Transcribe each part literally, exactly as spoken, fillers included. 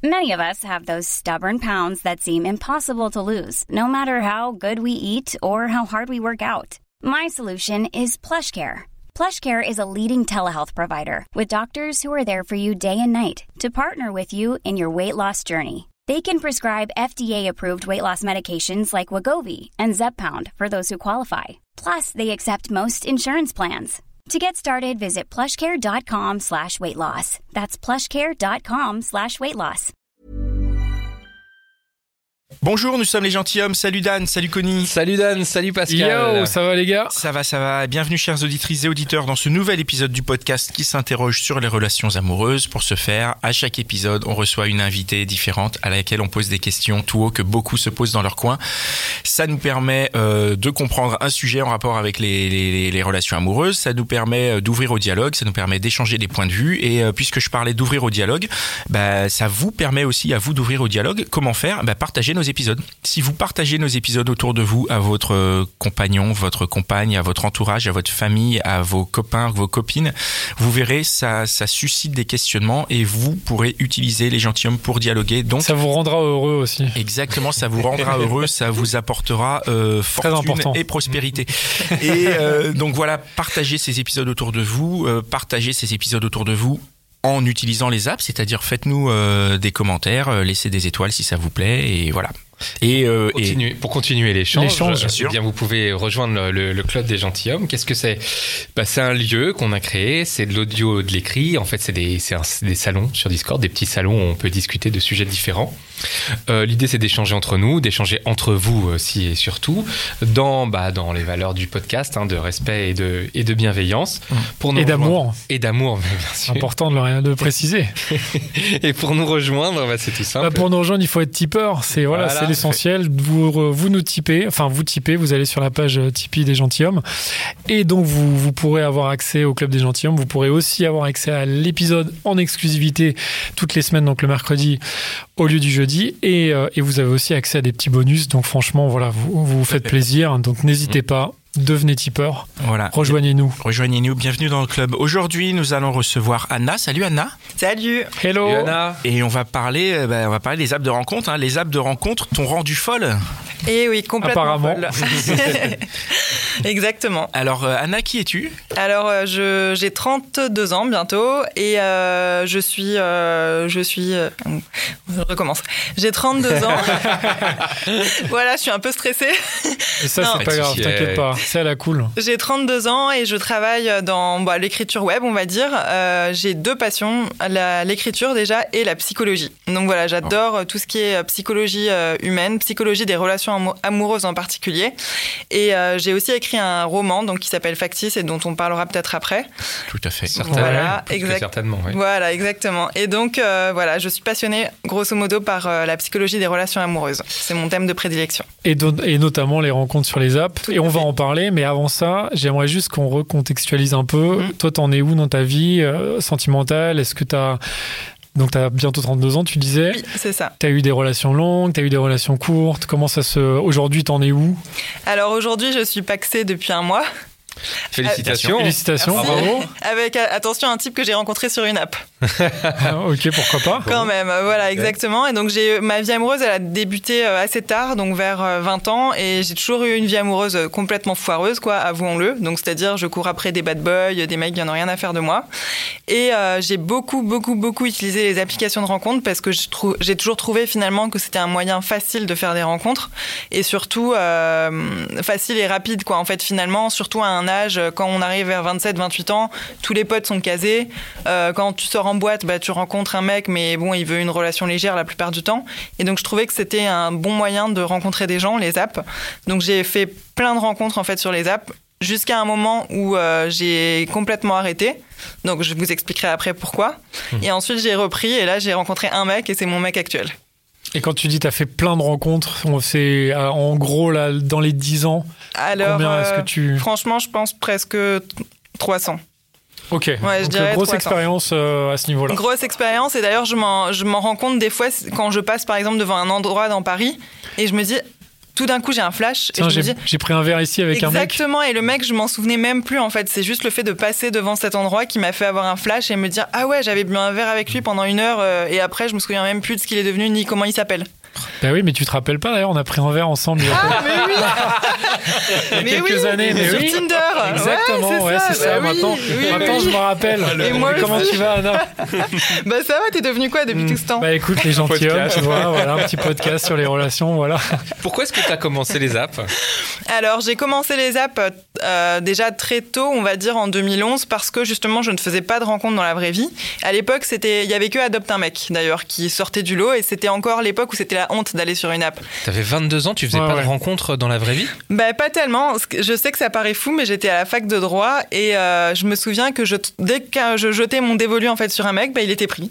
Many of us have those stubborn pounds that seem impossible to lose, no matter how good we eat or how hard we work out. My solution is PlushCare. PlushCare is a leading telehealth provider with doctors who are there for you day and night to partner with you in your weight loss journey. They can prescribe F D A-approved weight loss medications like Wegovy and Zepbound for those who qualify. Plus, they accept most insurance plans. To get started, visit plushcare.com slash weight loss. That's plushcare.com slash weight loss. Bonjour, nous sommes les gentilshommes. Salut Dan, salut Connie. Salut Dan, salut Pascal. Yo, ça va les gars? Ça va, ça va. Bienvenue chers auditrices et auditeurs dans ce nouvel épisode du podcast qui s'interroge sur les relations amoureuses. Pour ce faire, à chaque épisode, on reçoit une invitée différente à laquelle on pose des questions tout haut que beaucoup se posent dans leur coin. Ça nous permet euh, de comprendre un sujet en rapport avec les, les, les relations amoureuses. Ça nous permet d'ouvrir au dialogue, ça nous permet d'échanger des points de vue. Et euh, puisque je parlais d'ouvrir au dialogue, bah, ça vous permet aussi à vous d'ouvrir au dialogue. Comment faire? Bah, partager nos épisodes. Si vous partagez nos épisodes autour de vous, à votre compagnon, votre compagne, à votre entourage, à votre famille, à vos copains, vos copines, vous verrez, ça, ça suscite des questionnements et vous pourrez utiliser les gentilshommes pour dialoguer. Donc, ça vous rendra heureux aussi. Exactement, ça vous rendra heureux, ça vous apportera euh, fortune et prospérité. Et euh, donc voilà, partagez ces épisodes autour de vous, euh, partagez ces épisodes autour de vous en utilisant les apps, c'est-à-dire faites-nous euh, des commentaires, euh, laissez des étoiles si ça vous plaît, et voilà. Et, euh, Continue, et pour continuer l'échange, l'échange bien sûr. Eh bien, vous pouvez rejoindre le, le, le club des gentilshommes. Qu'est-ce que c'est? Bah, c'est un lieu qu'on a créé, c'est de l'audio, de l'écrit. En fait, c'est des, c'est, un, c'est des salons sur Discord, des petits salons où on peut discuter de sujets différents. Euh, l'idée, c'est d'échanger entre nous, d'échanger entre vous aussi et surtout dans, bah, dans les valeurs du podcast, hein, de respect et de, et de bienveillance. Pour nous et rejoindre, d'amour. Et d'amour, bien sûr. Important de le, de le préciser. Et pour nous rejoindre, bah, c'est tout simple. Bah, pour nous rejoindre, il faut être tipeur. C'est, voilà, voilà. C'est l'essentiel. Vous, vous nous tipez, enfin vous tipez, vous allez sur la page Tipeee des gentilshommes et donc vous, vous pourrez avoir accès au club des gentilshommes. Vous pourrez aussi avoir accès à l'épisode en exclusivité toutes les semaines, donc le mercredi au lieu du jeudi, et, euh, et vous avez aussi accès à des petits bonus. Donc franchement, voilà, vous vous faites plaisir, donc n'hésitez pas. Devenez tipeur. Voilà. Rejoignez-nous. Rejoignez-nous. Bienvenue dans le club. Aujourd'hui, nous allons recevoir Anna. Salut Anna. Salut. Hello. Salut Anna. Et on va parler, bah, on va parler des apps de rencontre. Hein. Les apps de rencontre t'ont rendu folle. Eh oui, complètement. Apparemment. Folle. Exactement. Alors euh, Anna, qui es-tu? Alors euh, je, j'ai trente-deux ans bientôt et euh, je suis, euh, je suis, euh, je recommence. J'ai trente-deux ans. Voilà, je suis un peu stressée. Et ça, non, c'est pas grave, t'inquiète pas. C'est à la cool. J'ai trente-deux ans et je travaille dans bah, l'écriture web, on va dire. Euh, j'ai deux passions, la, l'écriture déjà et la psychologie. Donc voilà, j'adore oh. tout ce qui est psychologie euh, humaine, psychologie des relations amou- amoureuses en particulier. Et euh, j'ai aussi écrit un roman donc, qui s'appelle Factice et dont on parlera peut-être après. Tout à fait. Certainement. Voilà, exact- certainement oui. Voilà, exactement. Et donc, euh, voilà, je suis passionnée, grosso modo, par euh, la psychologie des relations amoureuses. C'est mon thème de prédilection. Et, do- et notamment les rencontres sur les apps. Tout et on va en parler, mais avant ça, j'aimerais juste qu'on recontextualise un peu. Mmh. Toi, t'en es où dans ta vie euh, sentimentale? Est-ce que t'as... Donc, tu as bientôt trente-deux ans, tu disais. Oui, c'est ça. Tu as eu des relations longues, tu as eu des relations courtes. Comment ça se... Aujourd'hui, t'en es où? Alors, aujourd'hui, je suis paxée depuis un mois. Félicitations. Félicitations, Merci. bravo. Avec, attention, un type que j'ai rencontré sur une app. Ah, ok, pourquoi pas. Quand même, voilà, exactement. Et donc, j'ai, ma vie amoureuse, elle a débuté assez tard, donc vers vingt ans. Et j'ai toujours eu une vie amoureuse complètement foireuse, quoi, avouons-le. Donc, c'est-à-dire, je cours après des bad boys, des mecs qui n'en ont rien à faire de moi. Et euh, j'ai beaucoup, beaucoup, beaucoup utilisé les applications de rencontres parce que je trou- j'ai toujours trouvé finalement que c'était un moyen facile de faire des rencontres. Et surtout, euh, facile et rapide, quoi. En fait, finalement, surtout à un âge, quand on arrive vers vingt-sept vingt-huit ans, tous les potes sont casés. Euh, quand tu sors en boîte, bah, tu rencontres un mec, mais bon, il veut une relation légère la plupart du temps. Et donc, je trouvais que c'était un bon moyen de rencontrer des gens, les apps. Donc, j'ai fait plein de rencontres, en fait, sur les apps, jusqu'à un moment où euh, j'ai complètement arrêté. Donc, je vous expliquerai après pourquoi. Mmh. Et ensuite, j'ai repris, et là, j'ai rencontré un mec, et c'est mon mec actuel. Et quand tu dis tu as fait plein de rencontres, c'est en gros là, dans les dix ans, alors, combien euh, est-ce que tu... Franchement, je pense presque trois cents. Ok, ouais, je donc dirais grosse trois cents. expérience euh, à ce niveau-là. Grosse expérience, et d'ailleurs je m'en, je m'en rends compte des fois quand je passe par exemple devant un endroit dans Paris et je me dis tout d'un coup, j'ai un flash. Tiens, et je j'ai, me dis, j'ai pris un verre ici avec exactement, un mec. Exactement, et le mec, je m'en souvenais même plus en fait. C'est juste le fait de passer devant cet endroit qui m'a fait avoir un flash et me dire ah ouais, j'avais bu un verre avec lui pendant une heure euh, et après, je me souviens même plus de ce qu'il est devenu ni comment il s'appelle. Bah oui, mais tu te rappelles pas d'ailleurs, on a pris un verre ensemble il y a, ah, mais oui il y a mais quelques oui, années. Mais sur oui. Tinder. Exactement, ouais, c'est ouais, ça, c'est ça. bah maintenant, oui, maintenant oui. je me rappelle. Et moi comment aussi. tu vas, Anna? Bah ça va, t'es devenu quoi depuis mmh. tout ce temps? Bah écoute, les gentilshommes, tu vois, voilà, un petit podcast sur les relations, voilà. Pourquoi est-ce que tu as commencé les apps? Alors, j'ai commencé les apps euh, déjà très tôt, on va dire en deux mille onze, parce que justement, je ne faisais pas de rencontres dans la vraie vie. À l'époque, c'était, il y avait que Adopte un mec, d'ailleurs, qui sortait du lot, et c'était encore l'époque où c'était la honte d'aller sur une app. T'avais vingt-deux ans, tu faisais ouais, pas ouais. de rencontres dans la vraie vie? Bah pas tellement. Je sais que ça paraît fou, mais j'étais à la fac de droit et euh, je me souviens que je, dès que je jetais mon dévolu en fait sur un mec, bah, il était pris.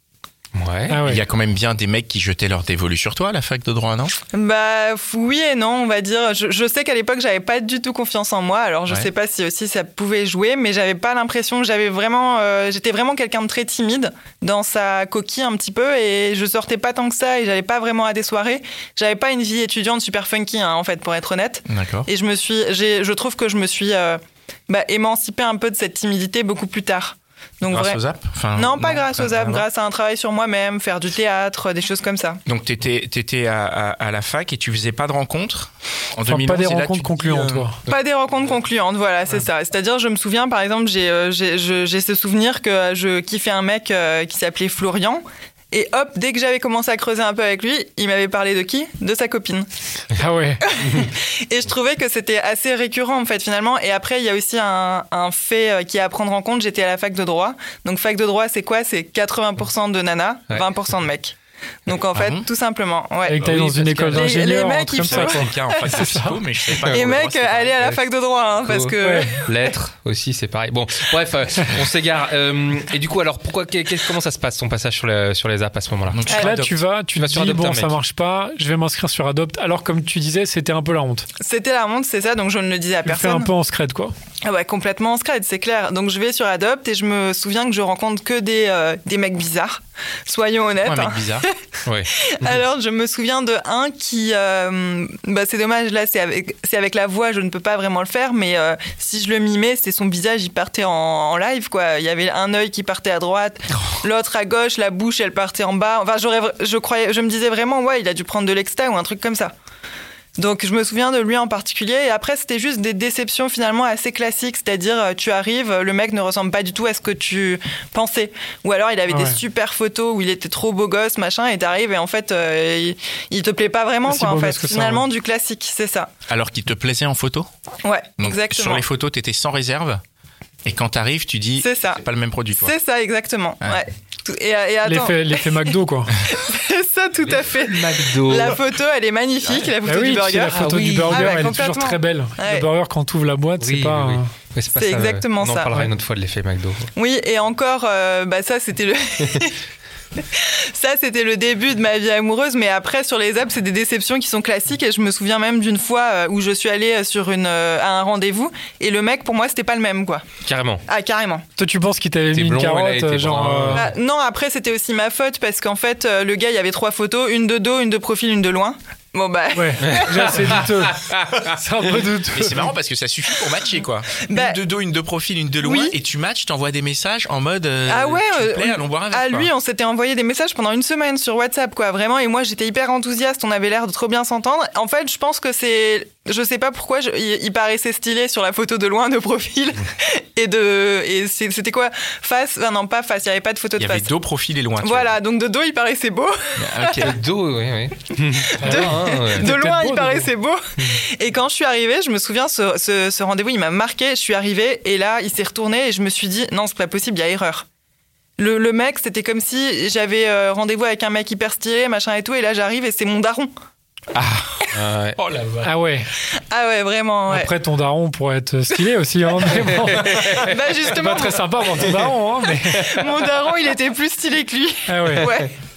Ouais. Ah ouais. Il y a quand même bien des mecs qui jetaient leur dévolu sur toi à la fac de droit, non? Bah oui et non, on va dire. Je, je sais qu'à l'époque, j'avais pas du tout confiance en moi. Alors je Ouais. sais pas si aussi ça pouvait jouer, mais j'avais pas l'impression que j'avais vraiment. Euh, j'étais vraiment quelqu'un de très timide dans sa coquille un petit peu et je sortais pas tant que ça et j'allais pas vraiment à des soirées. J'avais pas une vie étudiante super funky hein, en fait, pour être honnête. D'accord. Et je me suis, j'ai, je trouve que je me suis euh, bah, émancipée un peu de cette timidité beaucoup plus tard. Donc Grâce vrai- aux apps enfin, Non, pas grâce aux apps, vraiment. grâce à un travail sur moi-même, faire du théâtre, des choses comme ça. Donc t'étais, t'étais à, à, à la fac et tu faisais pas de rencontres en Enfin, deux mille onze, pas des et là, rencontres tu te dis, concluantes, euh, toi. Pas des rencontres concluantes, voilà, c'est ça. C'est-à-dire, je me souviens, par exemple, j'ai, euh, j'ai, je- j'ai ce souvenir que je kiffais un mec euh, qui s'appelait Florian. Et hop, dès que j'avais commencé à creuser un peu avec lui, il m'avait parlé de qui? De sa copine. Ah ouais. Et je trouvais que c'était assez récurrent, en fait, finalement. Et après, il y a aussi un, un fait euh, qui est à prendre en compte. J'étais à la fac de droit. Donc, fac de droit, c'est quoi? C'est quatre-vingts pour cent de nanas, Ouais. vingt pour cent de mecs. Donc, en Ah fait, bon tout simplement. Ouais. Et que t'allais Oui, dans une parce école que les- d'ingénieur, les un mecs, truc ils comme ça, C'est quoi. le cas en fac de psycho, mais je sais pas. Et que mec, c'était allez à la Ouais. fac de droit, hein, parce que. Ouais. Lettres aussi, c'est pareil. Bon, bref, euh, on s'égare. Euh, et du coup, alors, pourquoi, qu'est- qu'est- comment ça se passe ton passage sur, le, sur les apps à ce moment-là? Donc, tu Alors, Là, adoptes. tu vas, tu vas te sur dis, Adopt un bon, ça mec. marche pas, je vais m'inscrire sur Adopt. Alors, comme tu disais, c'était un peu la honte. C'était la honte, c'est ça, donc je ne le disais à Tu le fais personne. un peu en secret, quoi. Ah ouais, complètement en scred, c'est clair. Donc je vais sur Adopt et je me souviens que je rencontre que des, euh, des mecs bizarres, soyons honnêtes. Ouais, un mec hein. bizarre. Ouais. Alors je me souviens de un qui, euh, bah c'est dommage là, c'est avec, c'est avec la voix, je ne peux pas vraiment le faire, mais euh, si je le mimais, c'était son visage, il partait en, en live quoi. Il y avait un œil qui partait à droite, l'autre à gauche, la bouche elle partait en bas. Enfin j'aurais, je croyais, je me disais vraiment ouais, il a dû prendre de l'exta ou un truc comme ça. Donc je me souviens de lui en particulier et après c'était juste des déceptions finalement assez classiques, c'est-à-dire euh, tu arrives, le mec ne ressemble pas du tout à ce que tu pensais ou alors il avait Ah des ouais. super photos où il était trop beau gosse machin et t'arrives et en fait euh, il, il te plaît pas vraiment Pas si quoi en beau fait, gosse que ça, finalement ouais. du classique, c'est ça. Alors qu'il te plaisait en photo? Ouais, Donc, exactement. sur les photos, t'étais sans réserve. Et quand t'arrives, tu dis, C'est ça. c'est pas le même produit, toi. C'est ça exactement. Ouais. Ouais. Tout- Et, et attends, L'effet, l'effet McDo, quoi. c'est ça tout à fait. McDo. La photo, elle est magnifique, la photo Bah oui, du tu sais, burger. la photo Ah oui. du burger, Ah ouais, elle est toujours complètement. très belle. Ouais. Le burger, quand tu ouvres la boîte, Oui, c'est pas. oui, oui. euh, Ouais, c'est pas C'est ça, exactement on en ça, parlera ouais. une autre fois de l'effet McDo. Oui, et encore, euh, bah ça c'était le. Ça, c'était le début de ma vie amoureuse, mais après, sur les apps, c'est des déceptions qui sont classiques. Et je me souviens même d'une fois euh, où je suis allée sur une, euh, à un rendez-vous, et le mec, pour moi, c'était pas le même, quoi. Carrément. Ah, carrément. Toi, tu penses qu'il t'avait T'es mis une blond, il a carotte, été euh, genre. brun. euh, Ah, non, après, c'était aussi ma faute, parce qu'en fait, euh, le gars, il y avait trois photos, une de dos, une de profil, une de loin. Bon, bah. Ouais, déjà, c'est douteux. C'est un peu douteux. Et c'est marrant parce que ça suffit pour matcher, quoi. Bah, une de dos, une de profil, une de loin, oui. et tu matches, t'envoies des messages en mode. euh, Ah ouais, tu me euh, plais, allons boire un verre. À quoi. lui, on s'était envoyé des messages pendant une semaine sur WhatsApp, quoi, vraiment. Et moi, j'étais hyper enthousiaste. On avait l'air de trop bien s'entendre. En fait, je pense que c'est, je sais pas pourquoi, je- il, il paraissait stylé sur la photo de loin, de profil, et de, et c'est- c'était quoi, face, enfin, non, pas face. Il y avait pas de photo Il y de avait face. dos, profil et loin. tu Voilà, donc de dos, il paraissait beau. vois. Ok. Le dos, oui, oui. De, ouais. de loin, beau, il de paraissait beau. Et quand je suis arrivée, je me souviens, ce, ce, ce rendez-vous, il m'a marqué. Je suis arrivée et là, il s'est retourné et je me suis dit, non, c'est pas possible, il y a erreur. Le, le mec, c'était comme si j'avais euh, rendez-vous avec un mec hyper stylé, machin et tout, et là, j'arrive et c'est mon daron. Ah, ouais. Oh la vache. Ah ouais. Ah ouais, vraiment, ouais. Après, ton daron pourrait être stylé aussi. Hein, mais bon, Bah c'est justement, pas très sympa pour ton daron. Hein, mais... mon daron, il était plus stylé que lui. Ah ouais. Ouais.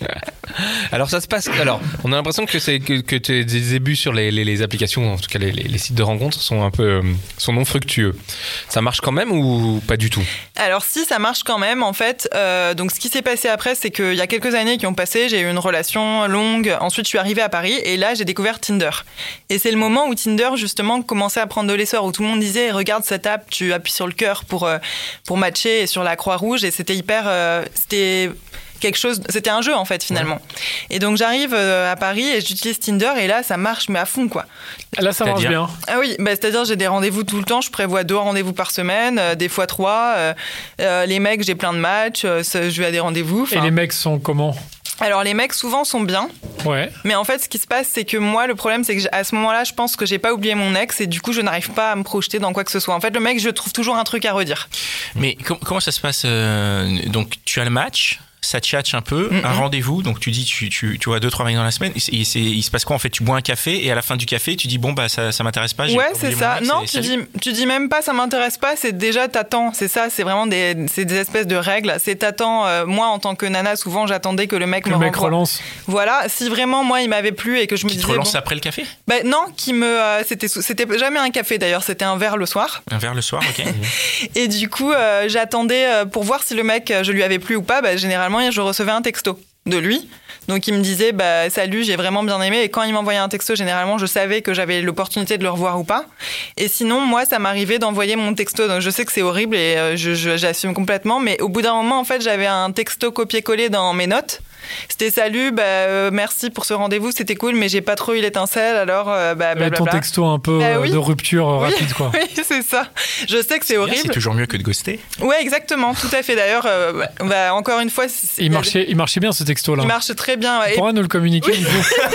Alors ça se passe. Alors on a l'impression que c'est que, que tes débuts sur les, les, les applications, en tout cas les, les, les sites de rencontres, sont un peu euh, sont non fructueux. Ça marche quand même ou pas du tout? Alors si, ça marche quand même en fait. Euh, donc ce qui s'est passé après, c'est qu'il y a quelques années qui ont passé, j'ai eu une relation longue. Ensuite, je suis arrivée à Paris et là, j'ai découvert Tinder. Et c'est le moment où Tinder justement commençait à prendre de l'essor, où tout le monde disait regarde cette app, tu appuies sur le cœur pour euh, pour matcher et sur la croix rouge. Et c'était hyper, euh, c'était quelque chose, c'était un jeu en fait finalement. Ouais. Et donc j'arrive euh, à Paris et j'utilise Tinder et là ça marche mais à fond quoi. Là ça marche bien. Ah oui, bah, c'est-à-dire j'ai des rendez-vous tout le temps, je prévois deux rendez-vous par semaine, euh, des fois trois. Euh, euh, les mecs, j'ai plein de matchs, euh, je vais à des rendez-vous. Et les mecs sont comment? Alors les mecs souvent sont bien, ouais. Mais en fait ce qui se passe c'est que moi le problème c'est que à ce moment-là je pense que j'ai pas oublié mon ex et du coup je n'arrive pas à me projeter dans quoi que ce soit. En fait le mec je trouve toujours un truc à redire. Mais com- comment ça se passe euh, donc tu as le match, ça tchatche un peu, mm-hmm. un rendez-vous, donc tu dis tu, tu, tu vois deux trois mecs dans la semaine, et c'est, il se passe quoi en fait? Tu bois un café et à la fin du café tu dis bon bah ça, ça m'intéresse pas. J'ai ouais c'est ça, ex, non et, tu dis, tu dis même pas ça m'intéresse pas, c'est déjà t'attends, c'est ça, c'est vraiment des, c'est des espèces de règles, c'est t'attends, euh, moi en tant que nana souvent j'attendais que le mec que me le mec renvoie. relance. Voilà, si vraiment moi il m'avait plu et que je me qui disais... te relance bon, après le café? Bah non, qui me, euh, c'était, c'était jamais un café d'ailleurs, c'était un verre le soir. Un verre le soir, ok. Et du coup euh, j'attendais euh, pour voir si le mec je lui avais plu ou pas, bah, généralement je recevais un texto de lui. Donc il me disait bah salut, j'ai vraiment bien aimé, et quand il m'envoyait un texto généralement je savais que j'avais l'opportunité de le revoir ou pas. Et sinon moi ça m'arrivait d'envoyer mon texto, donc je sais que c'est horrible et euh, je, je, j'assume complètement, mais au bout d'un moment en fait j'avais un texto copié-collé dans mes notes. C'était salut, bah, euh, merci pour ce rendez-vous, c'était cool, mais j'ai pas trop eu l'étincelle, alors euh, bah, blablabla. Ton texto un peu bah, oui. de rupture euh, oui. rapide quoi. Oui, c'est ça. Je sais que c'est, c'est horrible. Bien, c'est toujours mieux que de ghoster. Ouais, exactement, tout à fait. D'ailleurs, euh, bah, encore une fois, c'est... il marchait, il marchait bien ce texto là. Il marche très bien. Tu pourras nous le communiquer. Oui.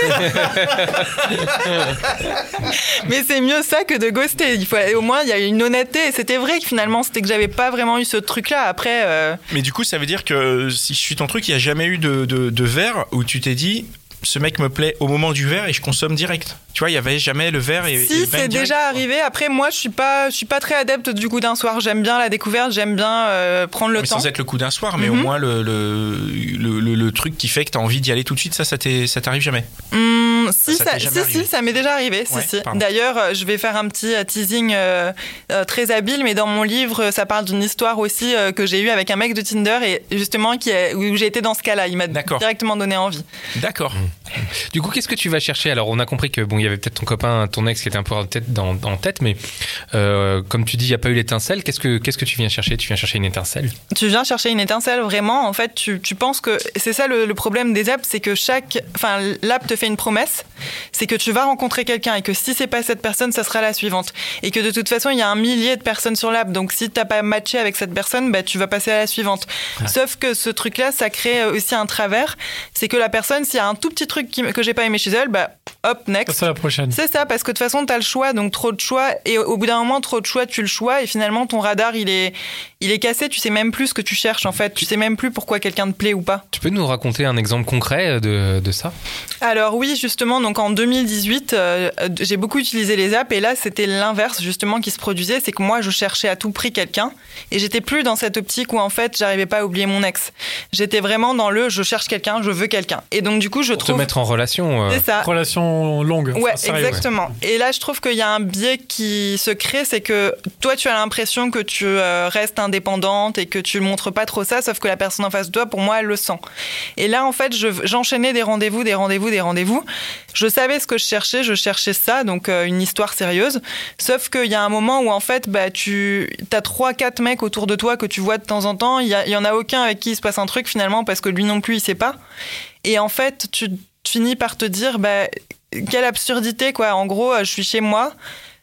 Mais c'est mieux ça que de ghoster. Il faut au moins il y a une honnêteté. Et c'était vrai que finalement c'était que j'avais pas vraiment eu ce truc-là. Après. Euh... Mais du coup, ça veut dire que si je suis ton truc, il y a jamais eu de, de, de verre où tu t'es dit ce mec me plaît au moment du verre et je consomme direct. Tu vois, il y avait jamais le verre et si et c'est déjà arrivé. Après moi je suis pas je suis pas très adepte du coup d'un soir. J'aime bien la découverte, j'aime bien euh, prendre le mais temps. Sans être le coup d'un soir, mais mm-hmm. au moins le le, le le le truc qui fait que t'as envie d'y aller tout de suite. Ça, ça t'est ça t'arrive jamais? Mmh, si ça, ça si si ça m'est déjà arrivé. Ouais, si, si. Pardon. D'ailleurs, je vais faire un petit teasing euh, euh, très habile, mais dans mon livre, ça parle d'une histoire aussi euh, que j'ai eue avec un mec de Tinder et justement qui est, où j'ai été dans ce cas-là. Il m'a D'accord. directement donné envie. D'accord. Mmh. Du coup, qu'est-ce que tu vas chercher? Alors, on a compris que bon, il y avait peut-être ton copain, ton ex qui était un peu en tête, dans, en tête, mais euh, comme tu dis, il n'y a pas eu l'étincelle. Qu'est-ce que, qu'est-ce que tu viens chercher? Tu viens chercher une étincelle? Tu viens chercher une étincelle, vraiment. En fait, tu, tu penses que c'est ça le, le problème des apps, c'est que chaque, enfin, l'app te fait une promesse, c'est que tu vas rencontrer quelqu'un et que si c'est pas cette personne, ça sera la suivante. Et que de toute façon, il y a un millier de personnes sur l'app. Donc, si t'as pas matché avec cette personne, bah, tu vas passer à la suivante. Ouais. Sauf que ce truc-là, ça crée aussi un travers. C'est que la personne, s'il y a un tout petit truc qui, que j'ai pas aimé chez elle, bah, hop, next. C'est la prochaine. C'est ça, parce que de toute façon, t'as le choix, donc trop de choix. Et au bout d'un moment, trop de choix, tu le choix. Et finalement, ton radar, il est, il est cassé. Tu sais même plus ce que tu cherches, en fait. Tu sais même plus pourquoi quelqu'un te plaît ou pas. Tu peux nous raconter un exemple concret de, de ça? Alors oui, justement, donc en deux mille dix-huit, euh, j'ai beaucoup utilisé les apps. Et là, c'était l'inverse, justement, qui se produisait. C'est que moi, je cherchais à tout prix quelqu'un. Et j'étais plus dans cette optique où, en fait, j'arrivais pas à oublier mon ex. J'étais vraiment dans le je cherche quelqu'un, je veux quelqu'un. Et donc, du coup, je Pour trouve... te mettre en relation. C'est ça. Relation longue. Ouais, sérieux, exactement. Ouais. Et là, je trouve qu'il y a un biais qui se crée, c'est que toi, tu as l'impression que tu euh, restes indépendante et que tu montres pas trop ça, sauf que la personne en face de toi, pour moi, elle le sent. Et là, en fait, je, j'enchaînais des rendez-vous, des rendez-vous, des rendez-vous. Je savais ce que je cherchais, je cherchais ça, donc euh, une histoire sérieuse. Sauf qu'il y a un moment où, en fait, bah, tu as trois, quatre mecs autour de toi que tu vois de temps en temps. Il y, y en a aucun avec qui il se passe un truc, finalement, parce que lui non plus, il sait pas. Et en fait, tu finis par te dire, bah, quelle absurdité, quoi. En gros, je suis chez moi,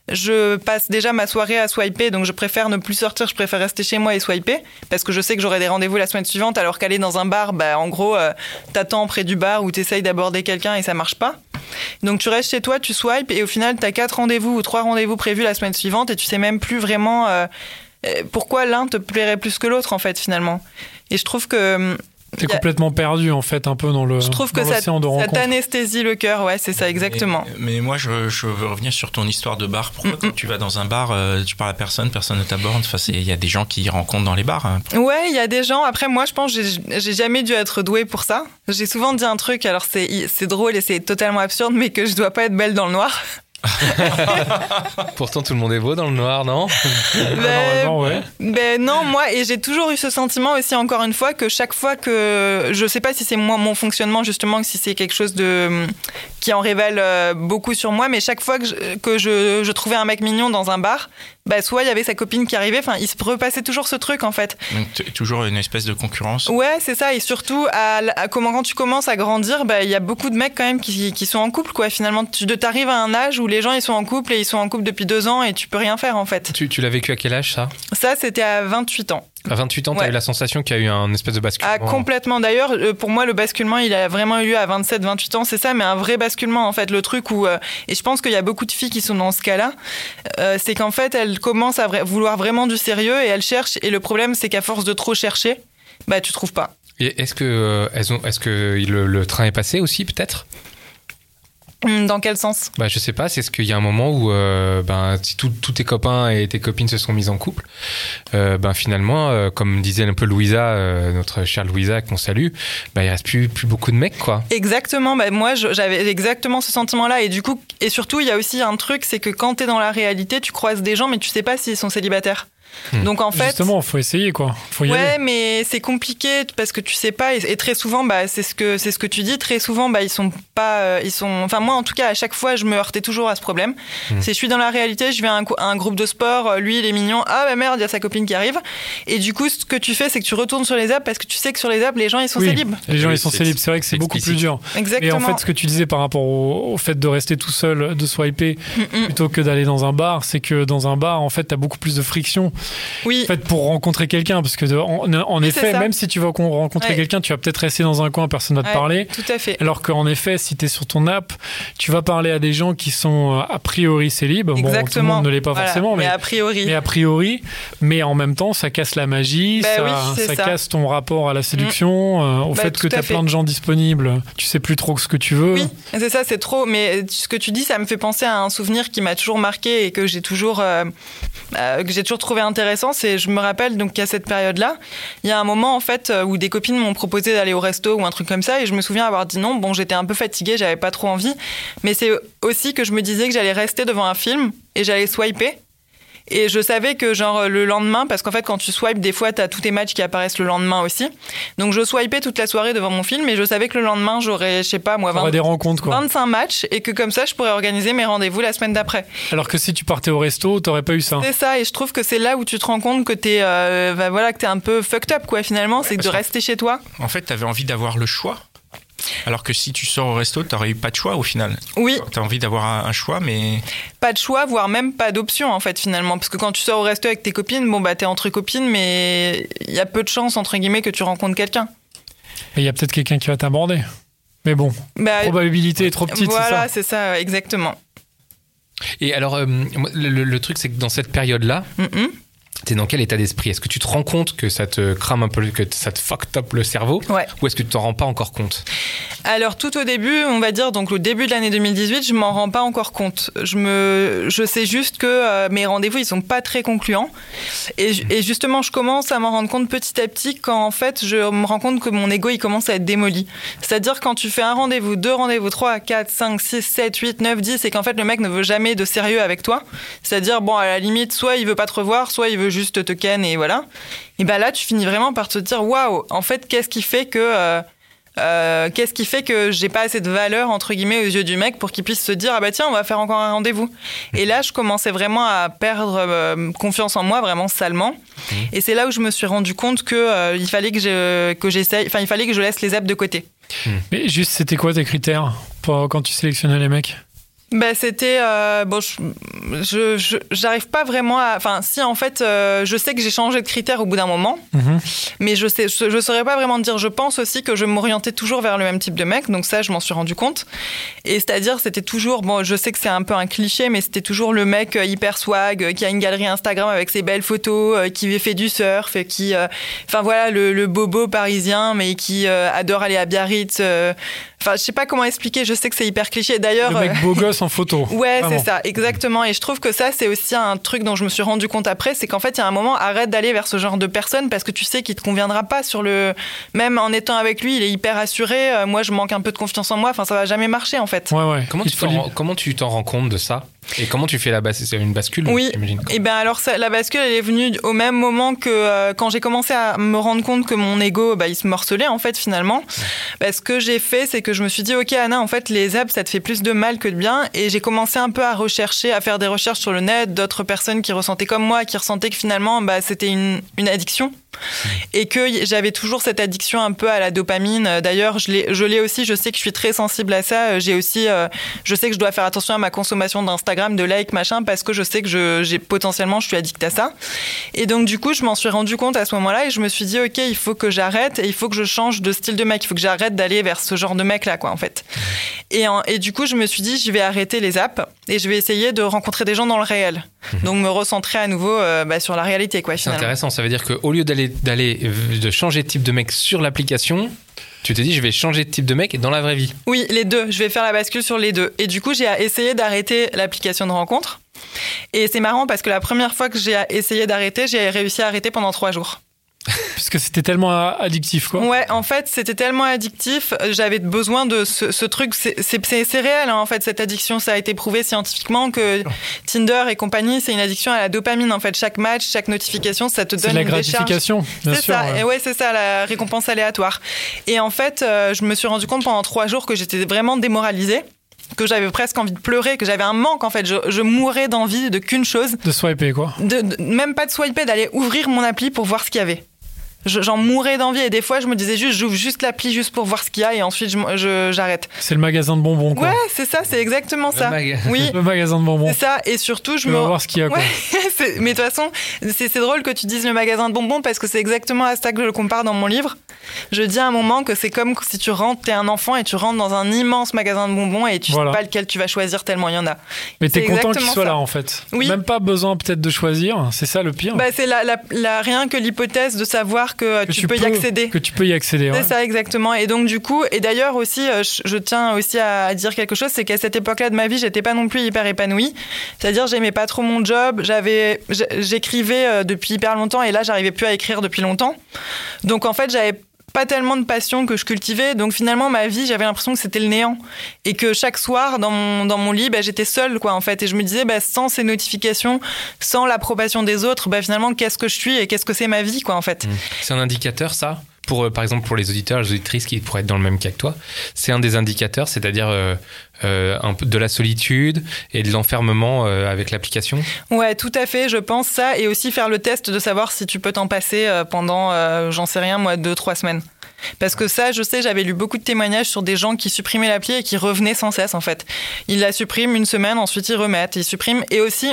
je passe déjà ma soirée à swiper, donc je préfère ne plus sortir, je préfère rester chez moi et swiper, parce que je sais que j'aurai des rendez-vous la semaine suivante, alors qu'aller dans un bar, bah, en gros, euh, t'attends près du bar où t'essayes d'aborder quelqu'un et ça marche pas. Donc tu restes chez toi, tu swipes, et au final, t'as quatre rendez-vous ou trois rendez-vous prévus la semaine suivante, et tu sais même plus vraiment euh, pourquoi l'un te plairait plus que l'autre, en fait, finalement. Et je trouve que T'es a... complètement perdu en fait, un peu dans le. Je trouve que ça, ça t'anesthésie le cœur, ouais, c'est ça exactement. Mais, mais moi, je, je veux revenir sur ton histoire de bar. Pourquoi mm-hmm. quand tu vas dans un bar, euh, tu parles à personne, personne ne t'aborde. Enfin, il y a des gens qui rencontrent dans les bars. Hein. Ouais, il y a des gens. Après, moi, je pense, que j'ai, j'ai jamais dû être douée pour ça. J'ai souvent dit un truc, alors c'est, c'est drôle et c'est totalement absurde, mais que je dois pas être belle dans le noir. Pourtant tout le monde est beau dans le noir, non? ben, ouais. ben non, moi, et j'ai toujours eu ce sentiment aussi, encore une fois, que chaque fois que, je sais pas si c'est moi, mon fonctionnement justement, si c'est quelque chose de qui en révèle beaucoup sur moi, mais chaque fois que je, que je, je trouvais un mec mignon dans un bar, bah, soit il y avait sa copine qui arrivait, enfin, il se repassait toujours ce truc en fait. Donc t- toujours une espèce de concurrence. Ouais, c'est ça, et surtout à, à comment quand tu commences à grandir, bah il y a beaucoup de mecs quand même qui, qui sont en couple, quoi. Finalement, tu t'arrives à un âge où les gens ils sont en couple et ils sont en couple depuis deux ans et tu peux rien faire en fait. Tu, tu l'as vécu à quel âge ça? Ça, c'était à vingt-huit ans. À vingt-huit ans, tu as ouais. eu la sensation qu'il y a eu un espèce de basculement. Ah, complètement. D'ailleurs, pour moi, le basculement, il a vraiment eu lieu à vingt-sept, vingt-huit ans. C'est ça, mais un vrai basculement, en fait. Le truc où... Euh, et je pense qu'il y a beaucoup de filles qui sont dans ce cas-là. Euh, c'est qu'en fait, elles commencent à vra- vouloir vraiment du sérieux et elles cherchent. Et le problème, c'est qu'à force de trop chercher, bah, tu trouves pas. Et est-ce que, euh, elles ont, est-ce que le, le train est passé aussi, peut-être ? Dans quel sens? Bah, je sais pas, c'est ce qu'il y a un moment où euh, ben, si tous tes copains et tes copines se sont mis en couple, euh, ben, finalement, euh, comme disait un peu Louisa, euh, notre chère Louisa qu'on salue, ben, il reste plus, plus beaucoup de mecs, quoi. Exactement, ben, moi je, j'avais exactement ce sentiment-là et du coup, et surtout il y a aussi un truc, c'est que quand t'es dans la réalité, tu croises des gens mais tu sais pas s'ils sont célibataires. Hmm. Donc en fait, justement, faut essayer quoi. Faut y ouais, aller. mais c'est compliqué parce que tu sais pas et, et très souvent, bah c'est ce que c'est ce que tu dis. Très souvent, bah ils sont pas, euh, ils sont. Enfin moi, en tout cas, à chaque fois, je me heurtais toujours à ce problème. Hmm. C'est je suis dans la réalité, je vais à un, un groupe de sport, lui il est mignon, ah bah merde, il y a sa copine qui arrive. Et du coup, ce que tu fais, c'est que tu retournes sur les apps parce que tu sais que sur les apps, les gens ils sont oui, célibes. Les gens oui, ils sont c'est, célibes. C'est vrai que c'est, c'est beaucoup plus dur. Exactement. Et en fait, ce que tu disais par rapport au, au fait de rester tout seul, de swiper Mm-mm. plutôt que d'aller dans un bar, c'est que dans un bar, en fait, t'as beaucoup plus de friction. Oui. En fait, pour rencontrer quelqu'un, parce que de, en, en effet, même si tu vas rencontrer ouais. quelqu'un, tu vas peut-être rester dans un coin, personne va te ouais, parler. Tout à fait. Alors qu'en effet, si tu es sur ton app, tu vas parler à des gens qui sont a priori célibes. Exactement. Bon, tout le monde ne l'est pas voilà. forcément, mais, mais a priori. Mais a priori, mais en même temps, ça casse la magie, bah ça, oui, ça, ça casse ton rapport à la séduction, mmh. euh, au bah, fait que tu as plein de gens disponibles, tu sais plus trop ce que tu veux. Oui, c'est ça, c'est trop. Mais ce que tu dis, ça me fait penser à un souvenir qui m'a toujours marqué et que j'ai toujours, euh, euh, que j'ai toujours trouvé intéressant. C'est, je me rappelle donc qu'à cette période-là, il y a un moment en fait où des copines m'ont proposé d'aller au resto ou un truc comme ça et je me souviens avoir dit non. Bon, j'étais un peu fatiguée, j'avais pas trop envie, mais c'est aussi que je me disais que j'allais rester devant un film et j'allais swiper. Et je savais que genre le lendemain, parce qu'en fait quand tu swipes, des fois t'as tous tes matchs qui apparaissent le lendemain aussi. Donc je swipais toute la soirée devant mon film et je savais que le lendemain j'aurais, je sais pas moi, vingt, des rencontres, quoi. vingt-cinq matchs et que comme ça je pourrais organiser mes rendez-vous la semaine d'après. Alors que si tu partais au resto, t'aurais pas eu ça. C'est ça, et je trouve que c'est là où tu te rends compte que t'es, euh, bah voilà, que t'es un peu fucked up quoi finalement, ouais, c'est de rester chez toi. En fait t'avais envie d'avoir le choix. Alors que si tu sors au resto, t'aurais eu pas de choix au final. Oui. T'as envie d'avoir un, un choix, mais... Pas de choix, voire même pas d'option, en fait, finalement. Parce que quand tu sors au resto avec tes copines, bon, bah, t'es entre copines, mais il y a peu de chances, entre guillemets, que tu rencontres quelqu'un. Il y a peut-être quelqu'un qui va t'aborder. Mais bon, bah, la probabilité est trop petite, voilà, c'est ça. c'est ça, exactement. Et alors, euh, le, le truc, c'est que dans cette période-là, mm-hmm. t'es dans quel état d'esprit? Est-ce que tu te rends compte que ça te crame un peu, que ça te fucked up le cerveau? Ouais. Ou est-ce que tu t'en rends pas encore compte? Alors, tout au début, on va dire, donc au début de l'année deux mille dix-huit, je m'en rends pas encore compte. Je, me, je sais juste que euh, mes rendez-vous, ils sont pas très concluants. Et, et justement, je commence à m'en rendre compte petit à petit quand, en fait, je me rends compte que mon ego, il commence à être démoli. C'est-à-dire, quand tu fais un rendez-vous, deux rendez-vous, trois, quatre, cinq, six, sept, huit, neuf, dix, et qu'en fait, le mec ne veut jamais de sérieux avec toi. C'est-à-dire, bon, à la limite, soit il veut pas te revoir, soit il veut juste te ken et voilà. Et ben là, tu finis vraiment par te dire, waouh, en fait, qu'est-ce qui fait que... Euh, Euh, qu'est-ce qui fait que j'ai pas assez de valeur entre guillemets aux yeux du mec pour qu'il puisse se dire ah bah tiens on va faire encore un rendez-vous. Et là je commençais vraiment à perdre euh, confiance en moi vraiment salement. Mmh. Et c'est là où je me suis rendu compte que euh, il fallait que je que j'essaye, enfin il fallait que je laisse les apps de côté. Mmh. Mais juste c'était quoi tes critères pour quand tu sélectionnais les mecs? Bah, c'était euh, bon, je, je, je j'arrive pas vraiment à. Enfin, si en fait, euh, je sais que j'ai changé de critères au bout d'un moment, mmh. mais je sais, je, je saurais pas vraiment dire. Je pense aussi que je m'orientais toujours vers le même type de mec, donc ça, je m'en suis rendu compte. Et c'est-à-dire, c'était toujours bon. Je sais que c'est un peu un cliché, mais c'était toujours le mec hyper swag, qui a une galerie Instagram avec ses belles photos, qui fait du surf, et qui, enfin euh, voilà, le, le bobo parisien, mais qui euh, adore aller à Biarritz. Euh, Enfin, je sais pas comment expliquer, je sais que c'est hyper cliché. D'ailleurs, le mec beau gosse en photo. Ouais, vraiment. C'est ça, exactement. Et je trouve que ça, c'est aussi un truc dont je me suis rendu compte après, c'est qu'en fait, il y a un moment, arrête d'aller vers ce genre de personne parce que tu sais qu'il te conviendra pas sur le. Même en étant avec lui, il est hyper assuré. Euh, moi, je manque un peu de confiance en moi. Enfin, ça va jamais marcher en fait. Ouais, ouais. Comment, tu t'en, comment tu t'en rends compte de ça? Et comment tu fais la bas- c'est une bascule? Oui. Et ben alors ça, la bascule, elle est venue au même moment que euh, quand j'ai commencé à me rendre compte que mon ego, bah, il se morcelait en fait finalement. Ouais. Bah, ce que j'ai fait, c'est que je me suis dit, ok Anna, en fait les apps, ça te fait plus de mal que de bien. Et j'ai commencé un peu à rechercher, à faire des recherches sur le net, d'autres personnes qui ressentaient comme moi, qui ressentaient que finalement, bah, c'était une, une addiction. Et que j'avais toujours cette addiction un peu à la dopamine. D'ailleurs, je l'ai, je l'ai aussi, je sais que je suis très sensible à ça. J'ai aussi, euh, je sais que je dois faire attention à ma consommation d'Instagram, de likes, machin, parce que je sais que je, j'ai, potentiellement, je suis addict à ça. Et donc, du coup, je m'en suis rendu compte à ce moment-là et je me suis dit, ok, il faut que j'arrête et il faut que je change de style de mec. Il faut que j'arrête d'aller vers ce genre de mec-là, quoi, en fait. Et, en, et du coup, je me suis dit, je vais arrêter les apps et je vais essayer de rencontrer des gens dans le réel. Mmh. Donc, me recentrer à nouveau euh, bah, sur la réalité, quoi, finalement. C'est intéressant. Ça veut dire qu'au lieu d'aller d'aller de changer de type de mec sur l'application, tu te dis je vais changer de type de mec dans la vraie vie. Oui, les deux, je vais faire la bascule sur les deux. Et du coup, j'ai essayé d'arrêter l'application de rencontre. Et c'est marrant parce que la première fois que j'ai essayé d'arrêter, j'ai réussi à arrêter pendant trois jours. Parce que c'était tellement addictif, quoi. Ouais, en fait, c'était tellement addictif. J'avais besoin de ce, ce truc. C'est, c'est, c'est, c'est réel, hein, en fait, cette addiction. Ça a été prouvé scientifiquement que Tinder et compagnie, c'est une addiction à la dopamine. En fait, chaque match, chaque notification, ça te donne une décharge. C'est la gratification, bien c'est sûr. Ça. Ouais. Et ouais, c'est ça, la récompense aléatoire. Et en fait, euh, je me suis rendu compte pendant trois jours que j'étais vraiment démoralisée, que j'avais presque envie de pleurer, que j'avais un manque en fait, je, je mourais d'envie de qu'une chose. De swiper, quoi. De, de, même pas de swiper, d'aller ouvrir mon appli pour voir ce qu'il y avait. Je, j'en mourais d'envie et des fois je me disais juste j'ouvre juste l'appli juste pour voir ce qu'il y a et ensuite je, je, j'arrête. C'est le magasin de bonbons, quoi. Ouais, c'est ça, c'est exactement le ça. Maga... Oui. Le magasin de bonbons. C'est ça, et surtout je tu me. vas voir ce qu'il y a, quoi. Ouais, c'est... mais de toute façon, c'est, c'est drôle que tu dises le magasin de bonbons parce que c'est exactement à ça que je le compare dans mon livre. Je dis à un moment que c'est comme si tu rentres, t'es un enfant et tu rentres dans un immense magasin de bonbons et tu voilà. sais pas lequel tu vas choisir tellement il y en a. Mais t'es content qu'il soit ça. Là en fait. Oui. Même pas besoin peut-être de choisir, c'est ça le pire. Bah c'est la, la, la, rien que l'hypothèse de savoir que, que tu, tu peux, peux y accéder. Que tu peux y accéder. C'est ouais. ça exactement. Et donc du coup, et d'ailleurs aussi, je, je tiens aussi à dire quelque chose, c'est qu'à cette époque-là de ma vie, j'étais pas non plus hyper épanouie. C'est-à-dire, j'aimais pas trop mon job. J'avais, j'écrivais depuis hyper longtemps et là, j'arrivais plus à écrire depuis longtemps. Donc en fait, j'avais pas tellement de passion que je cultivais, donc finalement ma vie j'avais l'impression que c'était le néant et que chaque soir dans mon, dans mon lit bah, j'étais seule quoi en fait et je me disais bah, sans ces notifications, sans l'approbation des autres, bah, finalement qu'est-ce que je suis et qu'est-ce que c'est ma vie quoi en fait. C'est un indicateur ça pour, euh, par exemple pour les auditeurs, les auditrices qui pourraient être dans le même cas que toi, c'est un des indicateurs, c'est-à-dire euh, euh, un peu de la solitude et de l'enfermement euh, avec l'application. Ouais, tout à fait, je pense ça, et aussi faire le test de savoir si tu peux t'en passer euh, pendant, euh, j'en sais rien moi, deux, trois semaines. Parce que ça, je sais, j'avais lu beaucoup de témoignages sur des gens qui supprimaient l'appli et qui revenaient sans cesse, en fait. Ils la suppriment une semaine, ensuite ils remettent, ils suppriment. Et aussi,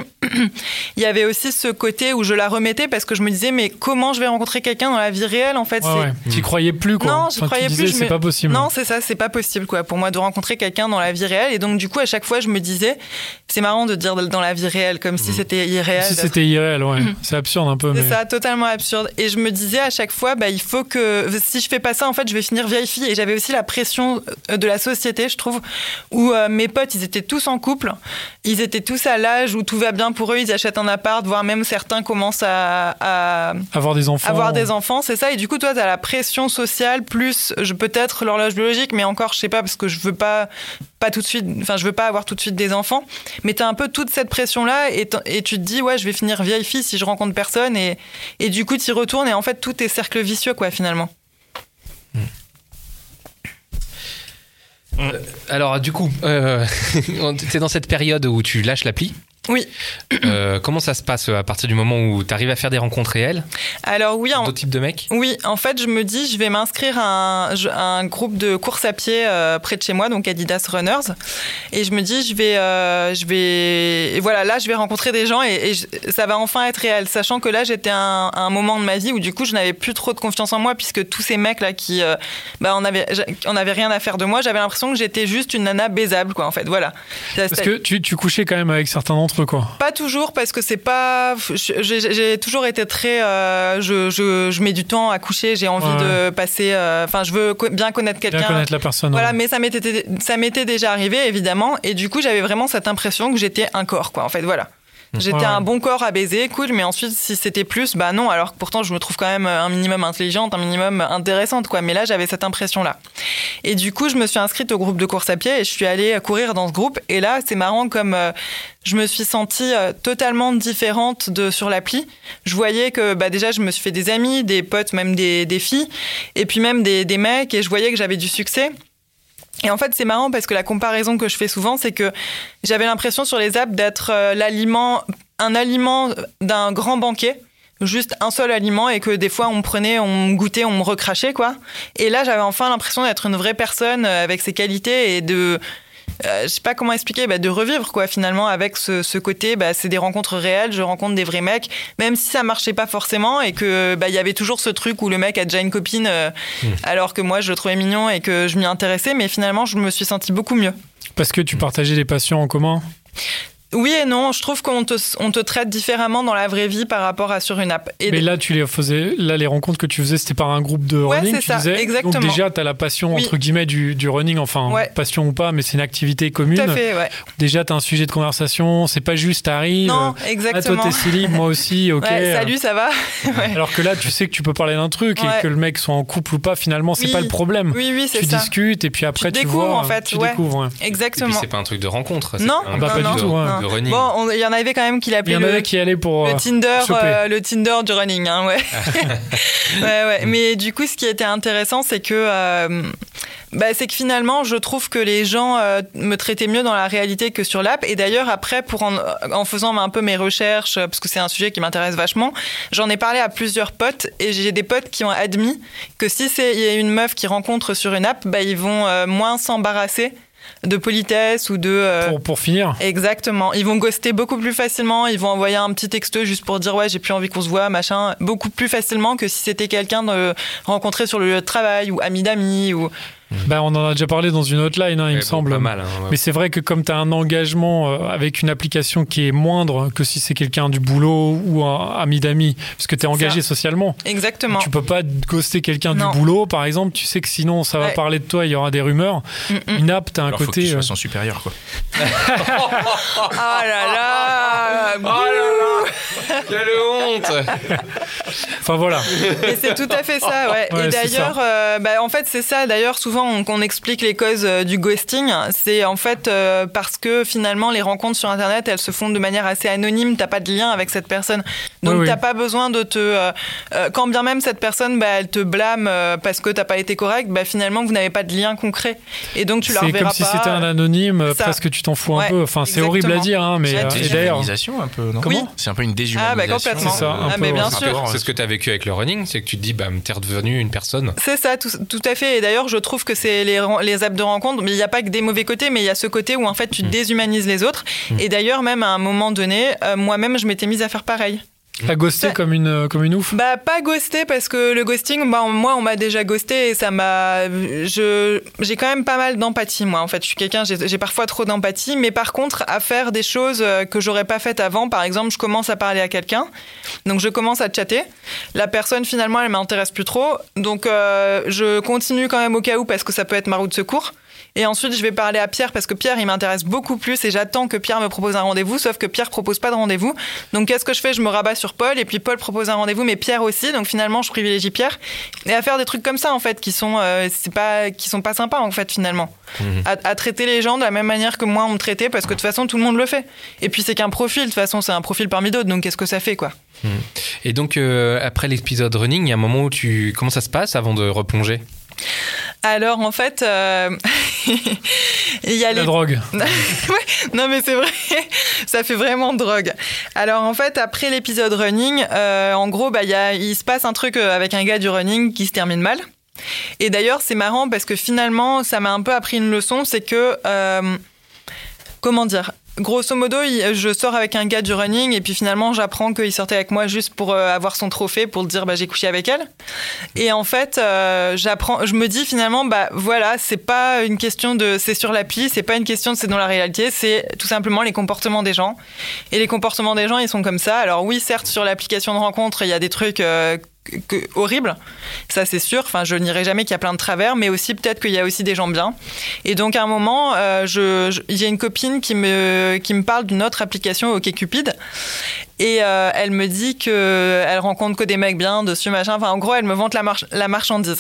il y avait aussi ce côté où je la remettais parce que je me disais, mais comment je vais rencontrer quelqu'un dans la vie réelle, en fait. Ouais, ouais. c'est... T'y croyais plus, quoi. Non, j'y enfin, croyais tu disais, plus. C'est me... pas possible. Non, c'est ça, c'est pas possible, quoi, pour moi, de rencontrer quelqu'un dans la vie réelle. Et donc, du coup, à chaque fois, je me disais, c'est marrant de dire dans la vie réelle, comme mmh. si c'était irréel. Si c'était irréel, ouais. Mmh. C'est absurde un peu. C'est mais... ça, totalement absurde. Et je me disais à chaque fois, bah, il faut que, si je fais pas ça, en fait, je vais finir vieille fille. Et j'avais aussi la pression de la société, je trouve, où euh, mes potes, ils étaient tous en couple, ils étaient tous à l'âge où tout va bien pour eux, ils achètent un appart, voire même certains commencent à, à avoir des enfants. Avoir des enfants, c'est ça. Et du coup, toi, t'as la pression sociale plus, je peut-être l'horloge biologique, mais encore, je sais pas, parce que je veux pas, pas tout de suite, enfin, je veux pas avoir tout de suite des enfants. Mais t'as un peu toute cette pression-là, et, et tu te dis, ouais, je vais finir vieille fille si je rencontre personne, et, et du coup, t'y retournes, et en fait, tout est cercle vicieux, quoi, finalement. Mmh. Euh, alors du coup, euh, c'est dans cette période où tu lâches l'appli Oui. Euh, comment ça se passe à partir du moment où tu arrives à faire des rencontres réelles? Alors oui, en... d'autres types de mecs? Oui, en fait, je me dis, je vais m'inscrire à un, à un groupe de course à pied euh, près de chez moi, donc Adidas Runners, et je me dis, je vais, euh, je vais, et voilà, là, je vais rencontrer des gens et, et je, ça va enfin être réel, sachant que là, j'étais à un, à un moment de ma vie où du coup, je n'avais plus trop de confiance en moi, puisque tous ces mecs là qui, euh, bah, on avait, on avait rien à faire de moi, j'avais l'impression que j'étais juste une nana baisable, quoi, en fait, voilà. Parce que tu, tu couchais quand même avec certains d'entre eux, quoi. Pas toujours, parce que c'est pas. J'ai, j'ai toujours été très. Euh, je, je, je mets du temps à coucher, j'ai envie ouais. de passer. Enfin, euh, je veux co- bien connaître quelqu'un. Bien connaître la personne. Voilà, ouais. mais ça m'était, ça m'était déjà arrivé, évidemment. Et du coup, j'avais vraiment cette impression que j'étais un corps, quoi, en fait, voilà. J'étais ouais. un bon corps à baiser, cool, mais ensuite, si c'était plus, bah non, alors que pourtant, je me trouve quand même un minimum intelligente, un minimum intéressante, quoi. Mais là, j'avais cette impression-là. Et du coup, je me suis inscrite au groupe de course à pied et je suis allée courir dans ce groupe. Et là, c'est marrant comme euh, je me suis sentie euh, totalement différente de sur l'appli. Je voyais que, bah, déjà, je me suis fait des amis, des potes, même des, des filles, et puis même des, des mecs, et je voyais que j'avais du succès. Et en fait, c'est marrant parce que la comparaison que je fais souvent, c'est que j'avais l'impression sur les apps d'être euh, l'aliment, un aliment d'un grand banquet, juste un seul aliment, et que des fois, on me prenait, on me goûtait, on me recrachait, quoi. Et là, j'avais enfin l'impression d'être une vraie personne euh, avec ses qualités et de... Euh, je sais pas comment expliquer, bah, de revivre, quoi, finalement, avec ce, ce côté, bah, c'est des rencontres réelles, je rencontre des vrais mecs, même si ça marchait pas forcément et que, bah, il y avait toujours ce truc où le mec a déjà une copine, euh, mmh. alors que moi, je le trouvais mignon et que je m'y intéressais, mais finalement, je me suis sentie beaucoup mieux. Parce que tu partageais des passions en commun? Oui et non, je trouve qu'on te, on te traite différemment dans la vraie vie par rapport à sur une app. Et mais là, tu les faisais, là, les rencontres que tu faisais, c'était par un groupe de ouais, running, c'est tu ça, disais. Exactement. Donc déjà, tu as la passion, oui. entre guillemets, du, du running, enfin, ouais. passion ou pas, mais c'est une activité commune. Tout à fait, ouais. Déjà, tu as un sujet de conversation, c'est pas juste, t'arrives. Non, exactement. Ah, toi, t'es si libre, moi aussi, ok. Ouais, salut, ça va ouais. Alors que là, tu sais que tu peux parler d'un truc ouais. et que le mec soit en couple ou pas, finalement, c'est oui. pas le problème. Oui, oui, c'est tu ça. Tu discutes et puis après, tu, tu découvres, vois. En fait, tu ouais. découvres, ouais. Exactement. Et puis, c'est pas un truc de rencontre. Non, un bah, pas non, du tout. De, ouais. de running. Bon, il y en avait quand même qui l'appelaient. Il y en avait qui allaient pour. Le Tinder, euh, le Tinder du running, hein, ouais. ouais, ouais. Mais du coup, ce qui était intéressant, c'est que, euh, bah, c'est que finalement, je trouve que les gens euh, me traitaient mieux dans la réalité que sur l'app. Et d'ailleurs, après, pour en, en faisant un peu mes recherches, parce que c'est un sujet qui m'intéresse vachement, j'en ai parlé à plusieurs potes et j'ai des potes qui ont admis que si c'est il y a une meuf qui rencontre sur une app, bah, ils vont euh, moins s'embarrasser de politesse ou de... Euh... Pour, pour finir. Exactement. Ils vont ghoster beaucoup plus facilement. Ils vont envoyer un petit texto juste pour dire « Ouais, j'ai plus envie qu'on se voit, machin ». Beaucoup plus facilement que si c'était quelqu'un de rencontré sur le lieu de travail ou ami d'amis ou... Bah, on en a déjà parlé dans une hotline, hein, il ouais, me bon, semble. Pas mal, hein, ouais. Mais c'est vrai que comme tu as un engagement euh, avec une application qui est moindre que si c'est quelqu'un du boulot ou un ami d'amis, parce que tu es engagé ça. socialement. Exactement. Tu peux pas ghoster quelqu'un non. du boulot, par exemple. Tu sais que sinon, ça va ouais. parler de toi, il y aura des rumeurs. Mm-mm. Une app, tu as un Alors, côté... faut que tu sois euh... son supérieur, quoi. Oh là là Oh là là quelle honte. Enfin, voilà. Et c'est tout à fait ça, ouais. ouais Et d'ailleurs, euh, bah, en fait, c'est ça. D'ailleurs, souvent, on, on explique les causes euh, du ghosting. C'est en fait euh, parce que finalement, les rencontres sur Internet, elles se font de manière assez anonyme. T'as pas de lien avec cette personne. Donc, oui, t'as oui. pas besoin de te... Euh, euh, quand bien même cette personne, bah, elle te blâme euh, parce que t'as pas été correct, bah, finalement, vous n'avez pas de lien concret. Et donc, tu la reverras pas. C'est comme si c'était un anonyme, ça. presque tu t'en fous ouais, un peu. Enfin, c'est exactement. horrible à dire, hein, mais... C'est une euh, déshumanisation un peu, non? Oui. C'est un peu une déshumanisation. Ah, bah complètement. C'est ça, un ah, peu, mais bien ouais. sûr. C'est ce que tu as vécu avec le running, c'est que tu te dis, bah, t'es redevenu une personne. C'est ça, tout, tout à fait. Et d'ailleurs, je trouve que c'est les, les apps de rencontre, mais il n'y a pas que des mauvais côtés, mais il y a ce côté où en fait tu mmh. déshumanises les autres. Mmh. Et d'ailleurs, même à un moment donné, euh, moi-même, je m'étais mise à faire pareil. À ghoster comme une, comme une ouf? Bah, pas ghoster, parce que le ghosting, bah, moi, on m'a déjà ghosté et ça m'a. Je, j'ai quand même pas mal d'empathie, moi. En fait, je suis quelqu'un, j'ai, j'ai parfois trop d'empathie, mais par contre, à faire des choses que j'aurais pas faites avant, par exemple, je commence à parler à quelqu'un, donc je commence à chatter. La personne, finalement, elle m'intéresse plus trop, donc euh, je continue quand même au cas où, parce que ça peut être ma roue de secours. Et ensuite, je vais parler à Pierre parce que Pierre, il m'intéresse beaucoup plus et j'attends que Pierre me propose un rendez-vous, sauf que Pierre propose pas de rendez-vous. Donc, qu'est-ce que je fais? Je me rabats sur Paul et puis Paul propose un rendez-vous, mais Pierre aussi. Donc, finalement, je privilégie Pierre. Et à faire des trucs comme ça, en fait, qui sont, euh, c'est pas, qui sont pas sympas, en fait, finalement. Mmh. À, à traiter les gens de la même manière que moi, on me traitait parce que de toute façon, tout le monde le fait. Et puis, c'est qu'un profil. De toute façon, c'est un profil parmi d'autres. Donc, qu'est-ce que ça fait, quoi? Mmh. Et donc, euh, après l'épisode running, il y a un moment où tu... Comment ça se passe avant de replonger? Alors en fait, euh... il y a la les... drogue. Ouais, non mais c'est vrai, ça fait vraiment drogue. Alors en fait, après l'épisode running, euh, en gros, bah, y a... il se passe un truc avec un gars du running qui se termine mal. Et d'ailleurs, c'est marrant parce que finalement, ça m'a un peu appris une leçon, c'est que... Euh... Comment dire ? Grosso modo, je sors avec un gars du running et puis finalement, j'apprends qu'il sortait avec moi juste pour avoir son trophée, pour dire bah, j'ai couché avec elle. Et en fait, euh, j'apprends, je me dis finalement, bah voilà, c'est pas une question de c'est sur l'appli, c'est pas une question de c'est dans la réalité, c'est tout simplement les comportements des gens. Et les comportements des gens, ils sont comme ça. Alors oui, certes, sur l'application de rencontre, il y a des trucs... Euh, Que, horrible, ça c'est sûr, enfin je n'irai jamais qu'il y a plein de travers, mais aussi peut-être qu'il y a aussi des gens bien. Et donc à un moment, euh, je, je, j'ai une copine qui me, qui me parle d'une autre application, OkCupid, et euh, elle me dit qu'elle rencontre que des mecs bien dessus, machin, enfin en gros elle me vante la, march- la marchandise.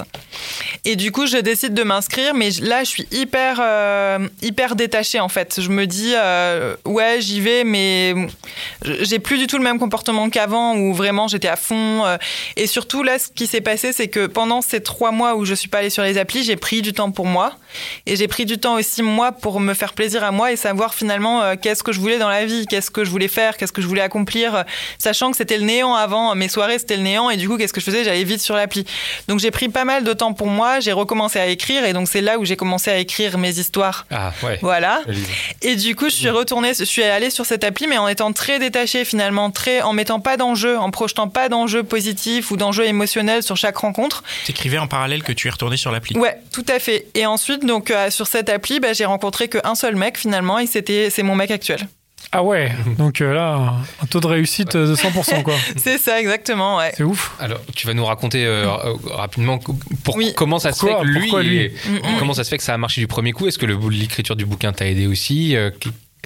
Et du coup je décide de m'inscrire, mais là je suis hyper, euh, hyper détachée en fait. Je me dis, euh, ouais j'y vais, mais j'ai plus du tout le même comportement qu'avant, où vraiment j'étais à fond, euh, et surtout, là, ce qui s'est passé, c'est que pendant ces trois mois où je suis pas allée sur les applis, j'ai pris du temps pour moi. Et j'ai pris du temps aussi, moi, pour me faire plaisir à moi et savoir finalement euh, qu'est-ce que je voulais dans la vie, qu'est-ce que je voulais faire, qu'est-ce que je voulais accomplir, euh, sachant que c'était le néant avant. Mes soirées, c'était le néant. Et du coup, qu'est-ce que je faisais ? J'allais vite sur l'appli. Donc, j'ai pris pas mal de temps pour moi. J'ai recommencé à écrire. Et donc, c'est là où j'ai commencé à écrire mes histoires. Ah, ouais. Voilà. Et du coup, je suis retournée, je suis allée sur cette appli, mais en étant très détachée finalement, très, en mettant pas d'enjeu, en projetant pas d'enjeu positif ou d'enjeux émotionnels sur chaque rencontre. T'écrivais en parallèle que tu es retourné sur l'appli. Ouais, tout à fait. Et ensuite, donc euh, sur cette appli, bah, j'ai rencontré qu'un seul mec finalement, et c'était c'est mon mec actuel. Ah ouais, donc euh, là, un taux de réussite de cent pour cent quoi. C'est ça, exactement, ouais. C'est ouf. Alors, tu vas nous raconter euh, rapidement pour, oui. comment ça pourquoi, se fait que lui, lui et, mm-hmm. comment ça se fait que ça a marché du premier coup. Est-ce que le, l'écriture du bouquin t'a aidé aussi euh,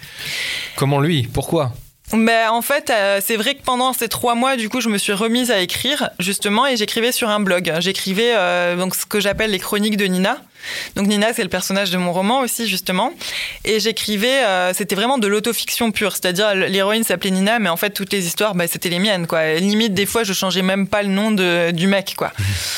Comment lui ? Pourquoi ? Ben, en fait, euh, c'est vrai que pendant ces trois mois, du coup, je me suis remise à écrire, justement, et j'écrivais sur un blog. J'écrivais euh, donc ce que j'appelle les chroniques de Nina. Donc Nina, c'est le personnage de mon roman aussi, justement. Et j'écrivais, euh, c'était vraiment de l'autofiction pure. C'est-à-dire, l'héroïne s'appelait Nina, mais en fait, toutes les histoires, bah, c'était les miennes, quoi. Limite, des fois, je changeais même pas le nom de, du mec, quoi.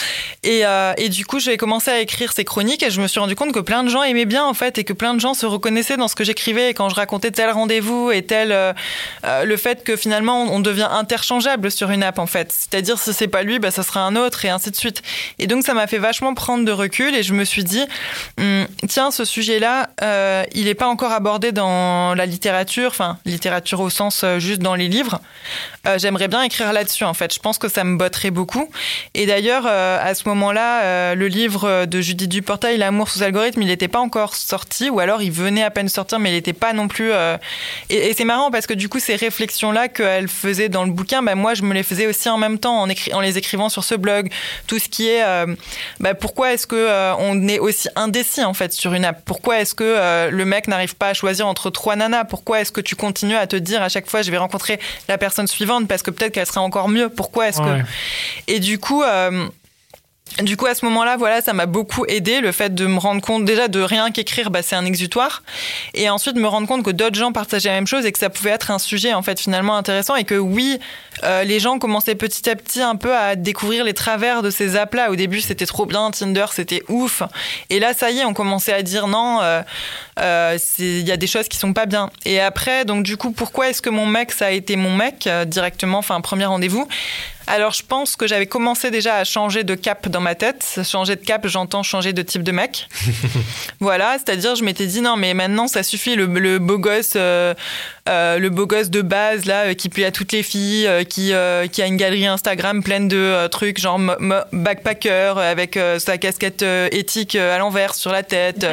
Et, euh, et du coup, j'ai commencé à écrire ces chroniques et je me suis rendu compte que plein de gens aimaient bien, en fait, et que plein de gens se reconnaissaient dans ce que j'écrivais. Et quand je racontais tel rendez-vous et tel... Euh, euh, le fait que finalement, on devient interchangeable sur une app, en fait. C'est-à-dire, si c'est pas lui, bah, ça sera un autre, et ainsi de suite. Et donc, ça m'a fait vachement prendre de recul et je me suis dit, hum, tiens, ce sujet-là, euh, il n'est pas encore abordé dans la littérature, enfin, littérature au sens euh, juste dans les livres. Euh, j'aimerais bien écrire là-dessus, en fait. Je pense que ça me botterait beaucoup. Et d'ailleurs, euh, à ce moment-là, euh, le livre de Judith Duportail, L'amour sous algorithme, il n'était pas encore sorti, ou alors il venait à peine sortir, mais il n'était pas non plus... Euh... Et, et c'est marrant parce que du coup, ces réflexions-là qu'elle faisait dans le bouquin, bah, moi, je me les faisais aussi en même temps en, écri- en les écrivant sur ce blog. Tout ce qui est... Euh, bah, pourquoi est-ce qu'on euh, est aussi indécis, en fait, sur une app ? Pourquoi est-ce que euh, le mec n'arrive pas à choisir entre trois nanas ? Pourquoi est-ce que tu continues à te dire à chaque fois, je vais rencontrer la personne suivante parce que peut-être qu'elle serait encore mieux ? Pourquoi est-ce ouais. que... Et du coup... Euh, Du coup, à ce moment-là, voilà, ça m'a beaucoup aidé, le fait de me rendre compte, déjà, de rien qu'écrire, bah, c'est un exutoire. Et ensuite, me rendre compte que d'autres gens partageaient la même chose et que ça pouvait être un sujet, en fait, finalement intéressant. Et que oui, euh, les gens commençaient petit à petit un peu à découvrir les travers de ces apps-là. Au début, c'était trop bien, Tinder, c'était ouf. Et là, ça y est, on commençait à dire non, euh, euh, il y a des choses qui sont pas bien. Et après, donc, du coup, pourquoi est-ce que mon mec, ça a été mon mec, euh, directement, enfin, un premier rendez-vous ? Alors, je pense que j'avais commencé déjà à changer de cap dans ma tête. Changer de cap, j'entends changer de type de mec. Voilà, c'est-à-dire, je m'étais dit, non, mais maintenant, ça suffit, le, le beau gosse, euh, euh, le beau gosse de base, là, euh, qui plaît à toutes les filles, euh, qui, euh, qui a une galerie Instagram pleine de euh, trucs, genre m- m- backpacker, avec euh, sa casquette euh, éthique euh, à l'envers sur la tête.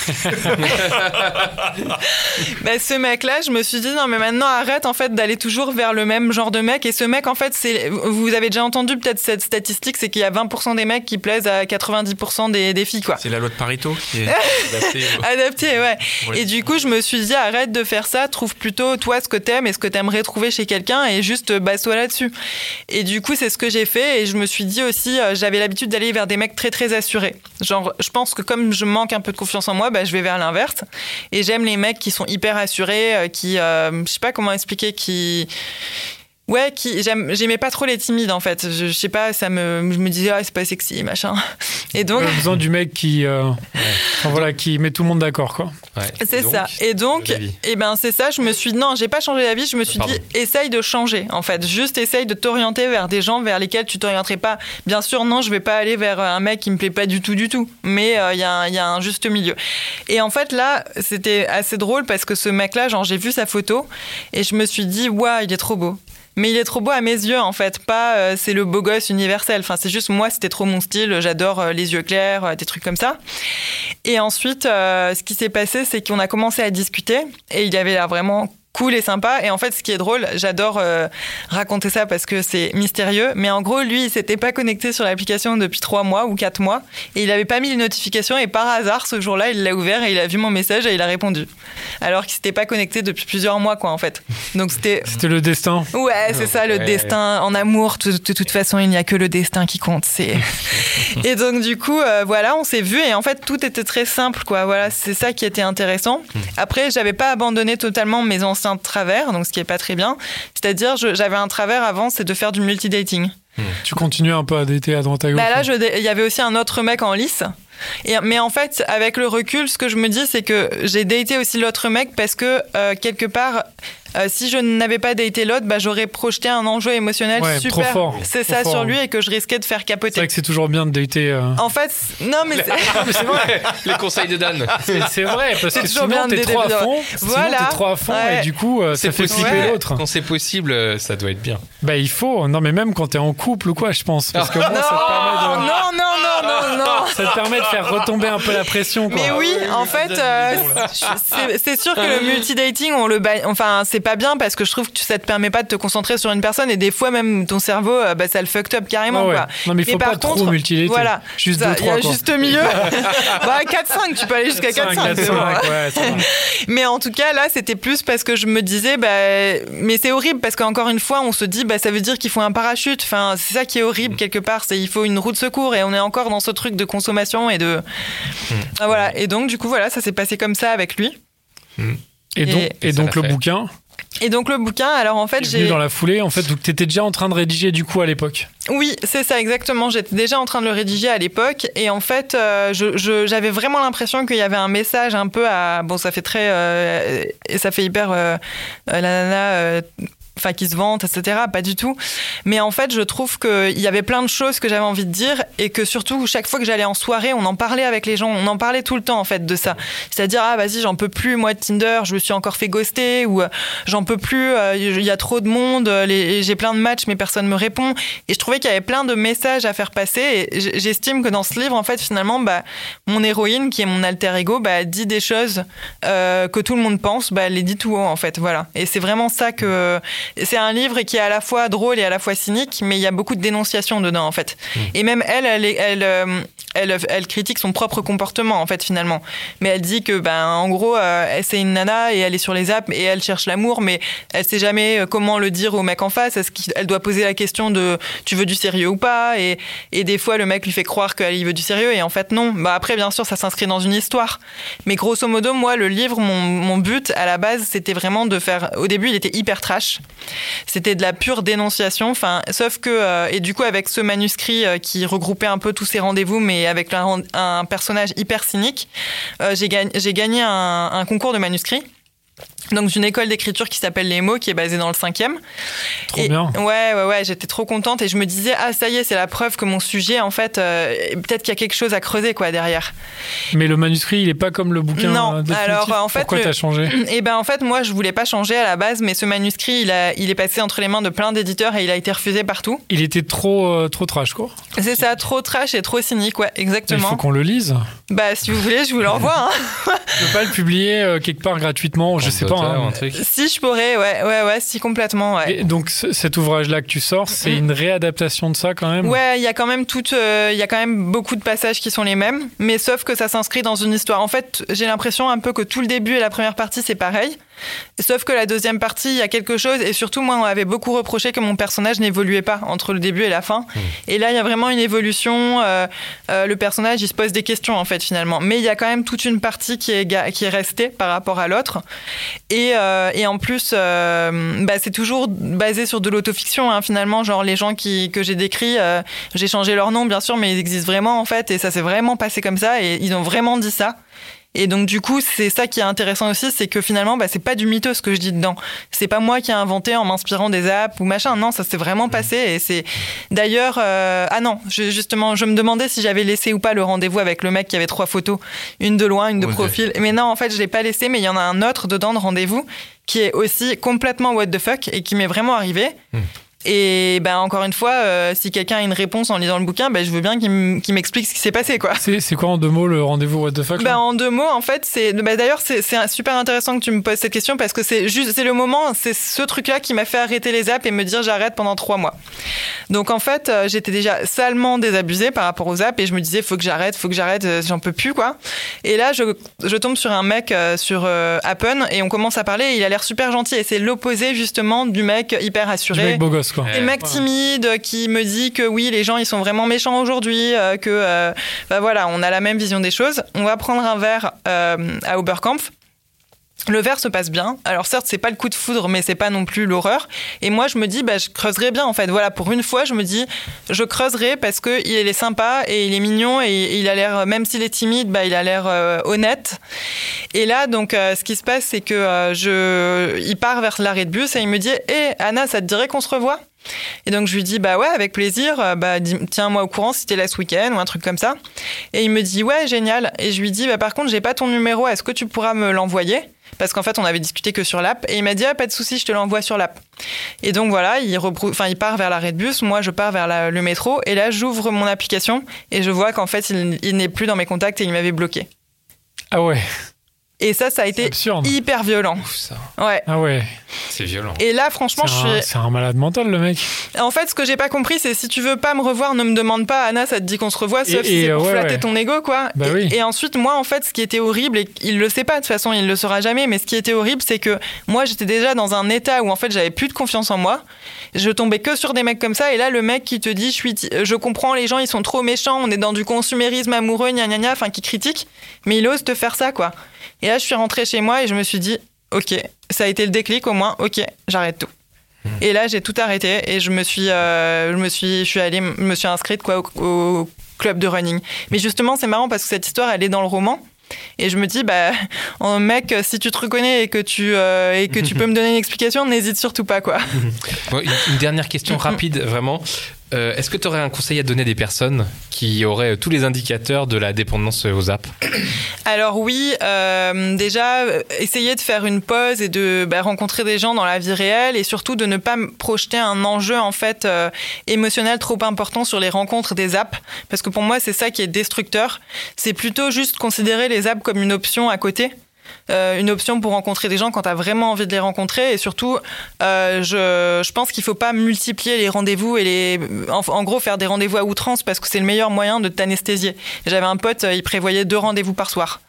Ben, ce mec-là, je me suis dit, non, mais maintenant, arrête, en fait, d'aller toujours vers le même genre de mec. Et ce mec, en fait, c'est... Vous avez déjà entendu peut-être cette statistique, c'est qu'il y a vingt pour cent des mecs qui plaisent à quatre-vingt-dix pour cent des, des filles, quoi. C'est la loi de Pareto qui est adaptée. Adaptée, ouais. ouais. Et du coup, je me suis dit, arrête de faire ça, trouve plutôt toi ce que t'aimes et ce que t'aimerais trouver chez quelqu'un et juste base-toi là-dessus. Et du coup, c'est ce que j'ai fait et je me suis dit aussi, euh, j'avais l'habitude d'aller vers des mecs très très assurés. Genre, je pense que comme je manque un peu de confiance en moi, bah, je vais vers l'inverse. Et j'aime les mecs qui sont hyper assurés, euh, qui, euh, je sais pas comment expliquer, qui... Ouais, qui, j'aime, j'aimais pas trop les timides en fait. Je, je sais pas, ça me, je me disais ah c'est pas sexy machin. Et donc. Ouais, besoin du mec qui, euh, ouais. enfin, voilà, qui met tout le monde d'accord quoi. Ouais. C'est donc, ça. Et donc, et ben c'est ça. Je me suis dit non, j'ai pas changé d'avis. Je me suis Pardon. dit essaye de changer en fait. Juste essaye de t'orienter vers des gens vers lesquels tu t'orienterais pas. Bien sûr non, je vais pas aller vers un mec qui me plaît pas du tout du tout. Mais il euh, y a, y a un juste milieu. Et en fait là, c'était assez drôle parce que ce mec là, genre j'ai vu sa photo et je me suis dit waouh, il est trop beau. Mais il est trop beau à mes yeux, en fait. Pas, euh, c'est le beau gosse universel. Enfin, c'est juste, moi, c'était trop mon style. J'adore euh, les yeux clairs, euh, des trucs comme ça. Et ensuite, euh, ce qui s'est passé, c'est qu'on a commencé à discuter. Et il avait l'air vraiment cool et sympa. Et en fait, ce qui est drôle, j'adore euh, raconter ça parce que c'est mystérieux. Mais en gros, lui, il s'était pas connecté sur l'application depuis trois mois ou quatre mois. Et il avait pas mis les notifications. Et par hasard, ce jour-là, il l'a ouvert et il a vu mon message et il a répondu. Alors qu'il s'était pas connecté depuis plusieurs mois, quoi, en fait. Donc c'était... C'était le destin. Ouais, c'est ça, le ouais. destin. En amour, de, de toute façon, il n'y a que le destin qui compte. C'est... Et donc, du coup, euh, voilà, on s'est vus. Et en fait, tout était très simple, quoi. Voilà, c'est ça qui était intéressant. Après, j'avais pas abandonné totalement mes anciens de travers, donc ce qui est pas très bien. C'est-à-dire, je, j'avais un travers avant, c'est de faire du multidating. Mmh. Tu continues un peu à dater à droite à gauche. Bah là, il y avait aussi un autre mec en lice. Et, mais en fait, avec le recul, ce que je me dis, c'est que j'ai daté aussi l'autre mec parce que euh, quelque part, euh, si je n'avais pas daté l'autre, bah, j'aurais projeté un enjeu émotionnel ouais, super. Trop fort, c'est trop ça fort. Sur lui et que je risquais de faire capoter. C'est vrai que c'est toujours bien de dater. Euh... En fait, non mais c'est, mais c'est vrai. Les conseils de Dan. C'est, c'est vrai parce c'est que sinon t'es trop à fond. Voilà. Sinon t'es trop à fond ouais. et du coup euh, ça fait flipper ouais. l'autre. Quand c'est possible, ça doit être bien. Bah il faut. Non mais même quand t'es en couple ou quoi, je pense. Parce que moi, non, ça te permet de. Non non non non non. Ça te permet de faire retomber un peu la pression. Quoi. Mais oui, en fait, euh, c'est, c'est sûr que le multidating, on le, ba... enfin, c'est pas bien parce que je trouve que ça te permet pas de te concentrer sur une personne et des fois même ton cerveau, bah, ça le fucked up carrément. Oh ouais. Quoi. Non mais il faut mais pas par trop contre, multidater. Voilà, juste ça, deux trois. Il y a juste milieu. Bah quatre cinq, tu peux aller jusqu'à quatre cinq. quatre cinq, ouais, c'est bon. Mais en tout cas là, c'était plus parce que je me disais, bah, mais c'est horrible parce qu'encore une fois, on se dit, bah, ça veut dire qu'il faut un parachute. Enfin, c'est ça qui est horrible quelque part, c'est il faut une roue de secours et on est encore dans ce truc de consommation et de ah, voilà. Et donc du coup voilà, ça s'est passé comme ça avec lui. Et donc et, et donc le fait. bouquin. Et donc le bouquin, alors en fait j'ai venu dans la foulée, en fait, donc t'étais déjà en train de rédiger du coup à l'époque. Oui, c'est ça exactement. J'étais déjà en train de le rédiger à l'époque et en fait, euh, je, je, j'avais vraiment l'impression qu'il y avait un message un peu à bon, ça fait très euh, et ça fait hyper euh, la nana. Euh, enfin qui se vante, et cetera. Pas du tout. Mais en fait, je trouve qu'il y avait plein de choses que j'avais envie de dire et que surtout, chaque fois que j'allais en soirée, on en parlait avec les gens. On en parlait tout le temps, en fait, de ça. C'est-à-dire, ah, vas-y, j'en peux plus, moi, de Tinder, je me suis encore fait ghoster ou euh, j'en peux plus, il euh, y a trop de monde, les, j'ai plein de matchs, mais personne me répond. Et je trouvais qu'il y avait plein de messages à faire passer et j'estime que dans ce livre, en fait, finalement, bah, mon héroïne, qui est mon alter ego, bah, dit des choses euh, que tout le monde pense, bah, elle les dit tout haut, en fait. Voilà. Et c'est vraiment ça que... C'est un livre qui est à la fois drôle et à la fois cynique, mais il y a beaucoup de dénonciations dedans, en fait. Mmh. Et même elle, elle, elle, elle, elle, elle critique son propre comportement, en fait, finalement. Mais elle dit que, ben, en gros, euh, c'est une nana et elle est sur les apps et elle cherche l'amour, mais elle sait jamais comment le dire au mec en face. Est-ce qu'elle doit poser la question de tu veux du sérieux ou pas? Et, et des fois, le mec lui fait croire qu'il veut du sérieux et en fait, non. Bah, après, bien sûr, ça s'inscrit dans une histoire. Mais grosso modo, moi, le livre, mon, mon but, à la base, c'était vraiment de faire... Au début, il était hyper trash. C'était de la pure dénonciation, enfin, sauf que euh, et du coup avec ce manuscrit euh, qui regroupait un peu tous ces rendez-vous, mais avec un, un personnage hyper cynique, euh, j'ai, gagné, j'ai gagné un, un concours de manuscrits. Donc d'une école d'écriture qui s'appelle Les Mots, qui est basée dans le cinquième. Trop et, bien. Ouais, ouais, ouais, j'étais trop contente et je me disais ah ça y est, c'est la preuve que mon sujet en fait, euh, peut-être qu'il y a quelque chose à creuser quoi derrière. Mais le manuscrit, il est pas comme le bouquin. Non. Définitif. Alors en fait, pourquoi le... t'as changé? Eh ben en fait, moi je voulais pas changer à la base, mais ce manuscrit, il a, il est passé entre les mains de plein d'éditeurs et il a été refusé partout. Il était trop, euh, trop trash quoi. C'est ça, trop trash et trop cynique, ouais, exactement. Il faut qu'on le lise. Bah si vous voulez, je vous l'envoie. Hein. Tu peux pas le publier euh, quelque part gratuitement, je sais pas. Hein. Si je pourrais, ouais, ouais, ouais, si complètement. Ouais. Et donc c- cet ouvrage-là que tu sors, c'est mmh. une réadaptation de ça quand même. Ouais, il y a quand même toute, il euh, y a quand même beaucoup de passages qui sont les mêmes, mais sauf que ça s'inscrit dans une histoire. En fait, j'ai l'impression un peu que tout le début et la première partie c'est pareil. Sauf que la deuxième partie, il y a quelque chose, et surtout, moi, on m'avait beaucoup reproché que mon personnage n'évoluait pas entre le début et la fin. Mmh. Et là, il y a vraiment une évolution. Euh, euh, le personnage, il se pose des questions, en fait, finalement. Mais il y a quand même toute une partie qui est, ga- qui est restée par rapport à l'autre. Et, euh, et en plus, euh, bah, c'est toujours basé sur de l'autofiction, hein, finalement. Genre, les gens qui, que j'ai décrits, euh, j'ai changé leur nom, bien sûr, mais ils existent vraiment, en fait. Et ça s'est vraiment passé comme ça. Et ils ont vraiment dit ça. Et donc, du coup, c'est ça qui est intéressant aussi, c'est que finalement, bah, c'est pas du mytho ce que je dis dedans. C'est pas moi qui ai inventé en m'inspirant des apps ou machin. Non, ça s'est vraiment passé. Et c'est d'ailleurs, euh... ah non, je, justement, je me demandais si j'avais laissé ou pas le rendez-vous avec le mec qui avait trois photos, une de loin, une de okay. profil. Mais non, en fait, je l'ai pas laissé. Mais il y en a un autre dedans de rendez-vous qui est aussi complètement what the fuck et qui m'est vraiment arrivé. Mmh. Et ben encore une fois, euh, si quelqu'un a une réponse en lisant le bouquin, ben je veux bien qu'il, m- qu'il m'explique ce qui s'est passé, quoi. C'est, c'est quoi en deux mots le rendez-vous what the fuck? Ben en deux mots, en fait, c'est ben d'ailleurs c'est, c'est super intéressant que tu me poses cette question parce que c'est juste c'est le moment, c'est ce truc-là qui m'a fait arrêter les apps et me dire j'arrête pendant trois mois. Donc en fait, euh, j'étais déjà salement désabusée par rapport aux apps et je me disais faut que j'arrête, faut que j'arrête, euh, j'en peux plus, quoi. Et là, je je tombe sur un mec euh, sur euh, Appen et on commence à parler. Et il a l'air super gentil et c'est l'opposé justement du mec hyper assuré. Du mec beau gosse, quoi. Et le mec timide qui me dit que oui, les gens ils sont vraiment méchants aujourd'hui, euh, que euh, bah voilà, on a la même vision des choses. On va prendre un verre euh, à Oberkampf. Le verre se passe bien. Alors certes, c'est pas le coup de foudre, mais c'est pas non plus l'horreur. Et moi, je me dis, bah, je creuserai bien en fait. Voilà, pour une fois, je me dis, je creuserai parce que il est sympa et il est mignon et, et il a l'air, même s'il est timide, bah, il a l'air euh, honnête. Et là, donc, euh, ce qui se passe, c'est que euh, je, il part vers l'arrêt de bus et il me dit, hé, hey, Anna, ça te dirait qu'on se revoit? Et donc je lui dis bah ouais, avec plaisir, bah tiens-moi au courant si t'es là ce week-end ou un truc comme ça. Et il me dit ouais, génial. Et je lui dis bah par contre j'ai pas ton numéro, est-ce que tu pourras me l'envoyer? Parce qu'en fait on avait discuté que sur l'app. Et il m'a dit ah, pas de souci, je te l'envoie sur l'app. Et donc voilà, il, rebrou- enfin, il part vers l'arrêt de bus, moi je pars vers la, le métro. Et là j'ouvre mon application et je vois qu'en fait il, il n'est plus dans mes contacts et il m'avait bloqué. Ah ouais. Et ça, ça a été hyper violent. Ouf, ça. Ouais. Ah ouais. C'est violent. Et là, franchement, c'est je un, suis. C'est un malade mental, le mec. En fait, ce que j'ai pas compris, c'est si tu veux pas me revoir, ne me demande pas, Anna, ça te dit qu'on se revoit, sauf et, si et c'est pour ouais, flatter ouais. ton ego, quoi. Bah et, oui. et ensuite, moi, en fait, ce qui était horrible, et il le sait pas, de toute façon, il le saura jamais, mais ce qui était horrible, c'est que moi, j'étais déjà dans un état où, en fait, j'avais plus de confiance en moi. Je tombais que sur des mecs comme ça, et là, le mec qui te dit, je suis, t- je comprends, les gens, ils sont trop méchants, on est dans du consumérisme amoureux, gna gna gna, enfin, qui critique, mais il ose te faire ça, quoi. Et là, je suis rentrée chez moi et je me suis dit, ok, ça a été le déclic au moins, ok, j'arrête tout. Mmh. Et là, j'ai tout arrêté et je me suis, euh, je me suis, je suis allée, je me suis inscrite quoi au, au club de running. Mais justement, c'est marrant parce que cette histoire, elle est dans le roman. Et je me dis, bah, oh, mec, si tu te reconnais et que tu, euh, et que tu peux me donner une explication, n'hésite surtout pas, quoi. Bon, une, une dernière question rapide, vraiment. Euh, est-ce que tu aurais un conseil à donner à des personnes qui auraient tous les indicateurs de la dépendance aux apps? Alors oui, euh, déjà, essayer de faire une pause et de bah, rencontrer des gens dans la vie réelle et surtout de ne pas projeter un enjeu en fait euh, émotionnel trop important sur les rencontres des apps. Parce que pour moi, c'est ça qui est destructeur. C'est plutôt juste considérer les apps comme une option à côté. Euh, une option pour rencontrer des gens quand tu as vraiment envie de les rencontrer et surtout euh, je, je pense qu'il faut pas multiplier les rendez-vous et les en, en gros faire des rendez-vous à outrance parce que c'est le meilleur moyen de t'anesthésier. J'avais un pote, il prévoyait deux rendez-vous par soir.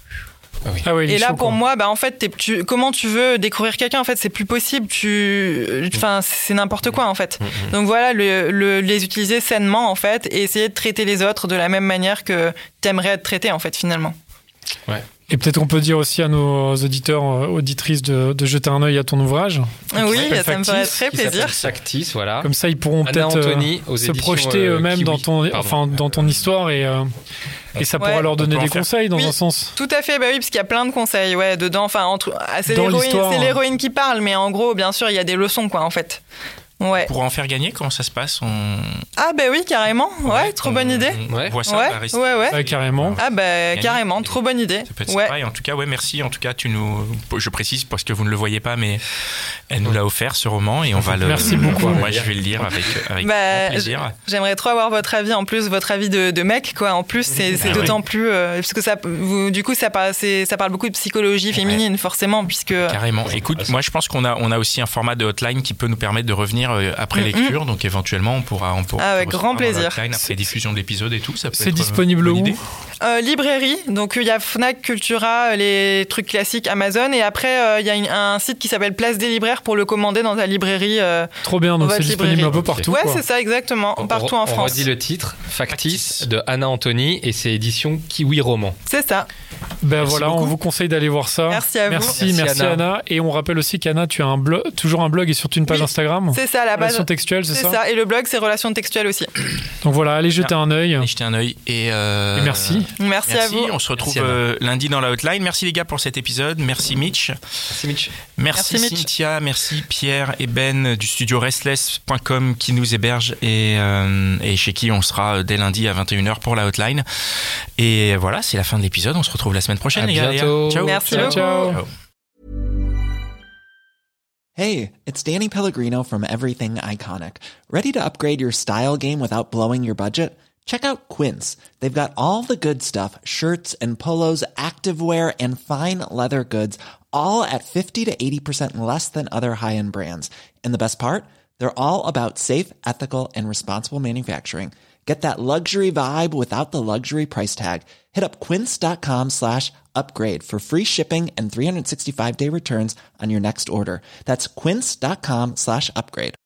Ah oui. Ah ouais, et là chaud, pour quoi. moi bah en fait tu, comment tu veux découvrir quelqu'un en fait c'est plus possible, tu enfin c'est n'importe quoi en fait. Mm-hmm. Donc voilà le, le, les utiliser sainement en fait et essayer de traiter les autres de la même manière que t'aimerais être traité en fait finalement. Ouais. Et peut-être qu'on peut dire aussi à nos auditeurs, auditrices de, de jeter un œil à ton ouvrage. Oui, ça me ferait très plaisir. Factice, voilà. Comme ça, ils pourront Anna peut-être Anthony, euh, se projeter euh, eux-mêmes Kiwi. dans ton, Pardon. enfin, dans ton histoire et, euh, et ça pourra ouais. leur donner On peut des en faire. conseils dans Oui. un sens. Tout à fait, bah oui, parce qu'il y a plein de conseils ouais, dedans. Enfin, entre, ah, c'est, Dans l'héroïne, l'histoire, c'est hein. l'héroïne qui parle, mais en gros, bien sûr, il y a des leçons, quoi, en fait. Ouais. Pour en faire gagner, comment ça se passe? On, Ah, bah oui, carrément. Ouais, ouais, trop on- bonne idée. On Ouais. voit ça. Ouais, bah, reste- ouais, ouais. Ouais, carrément. Ah, bah Gagner. carrément, trop bonne idée. Ça peut être Ouais. sympa. Et en tout cas, ouais, merci. En tout cas, tu nous, je précise parce que vous ne le voyez pas, mais elle nous l'a offert ce roman et on va le. Merci beaucoup. Moi, je vais le lire avec avec Bah, grand plaisir. J'aimerais trop avoir votre avis en plus, votre avis de, de mec, quoi. En plus, c'est, c'est Ah d'autant oui. plus. euh, parce que ça, vous, du coup, ça parle, c'est, ça parle beaucoup de psychologie féminine, forcément, puisque. Carrément. Écoute, moi, je pense qu'on a on a aussi un format de hotline qui peut nous permettre de revenir euh, après Mm-hmm. lecture. Donc éventuellement, on pourra on pourra. Ah, avec recevoir grand un plaisir. hotline après diffusion de l'épisode et tout. Ça peut C'est être, euh, disponible bonne où? idée. euh, librairie. Donc il y a Fnac, Cultura, les trucs classiques, Amazon. Et après, il euh, y a une, un site qui s'appelle Place des Libraires pour le commander dans ta librairie. Euh, Trop bien, donc c'est disponible librairie. Un peu partout. Ouais, quoi. c'est ça, exactement. On, partout on, en France. On redit le titre, Factice, de Anna Anthony, et c'est édition Kiwi Roman. C'est ça. Ben merci voilà, beaucoup. on vous conseille d'aller voir ça. Merci à vous. Merci, merci, merci Anna. Anna. Et on rappelle aussi qu'Anna, tu as un blog, toujours un blog et surtout une page oui, Instagram. C'est ça, la base. Relations textuelles, c'est, c'est ça. ça. Et le blog, c'est Relations textuelles aussi. Donc voilà, allez jeter un œil. Allez jeter un œil et, euh, et merci. merci. Merci à vous. On se retrouve merci euh, lundi dans la hotline. Merci les gars pour cet épisode. Merci Mitch. Merci Mitch. Merci, merci Cynthia. Mitch. Merci Pierre et Ben du studio restless point com qui nous héberge et, euh, et chez qui on sera dès lundi à vingt et une heures pour la hotline. Et voilà, c'est la fin de l'épisode. On se retrouve la semaine prochaine à les gars. bientôt. Ciao. Merci ciao, beaucoup. Ciao. ciao. Hey, it's Danny Pellegrino from Everything Iconic. Ready to upgrade your style game without blowing your budget? Check out Quince. They've got all the good stuff, shirts and polos, activewear, and fine leather goods, all at fifty to eighty percent less than other high-end brands. And the best part? They're all about safe, ethical, and responsible manufacturing. Get that luxury vibe without the luxury price tag. Hit up quince.com slash upgrade for free shipping and three sixty-five day returns on your next order. That's quince.com slash upgrade.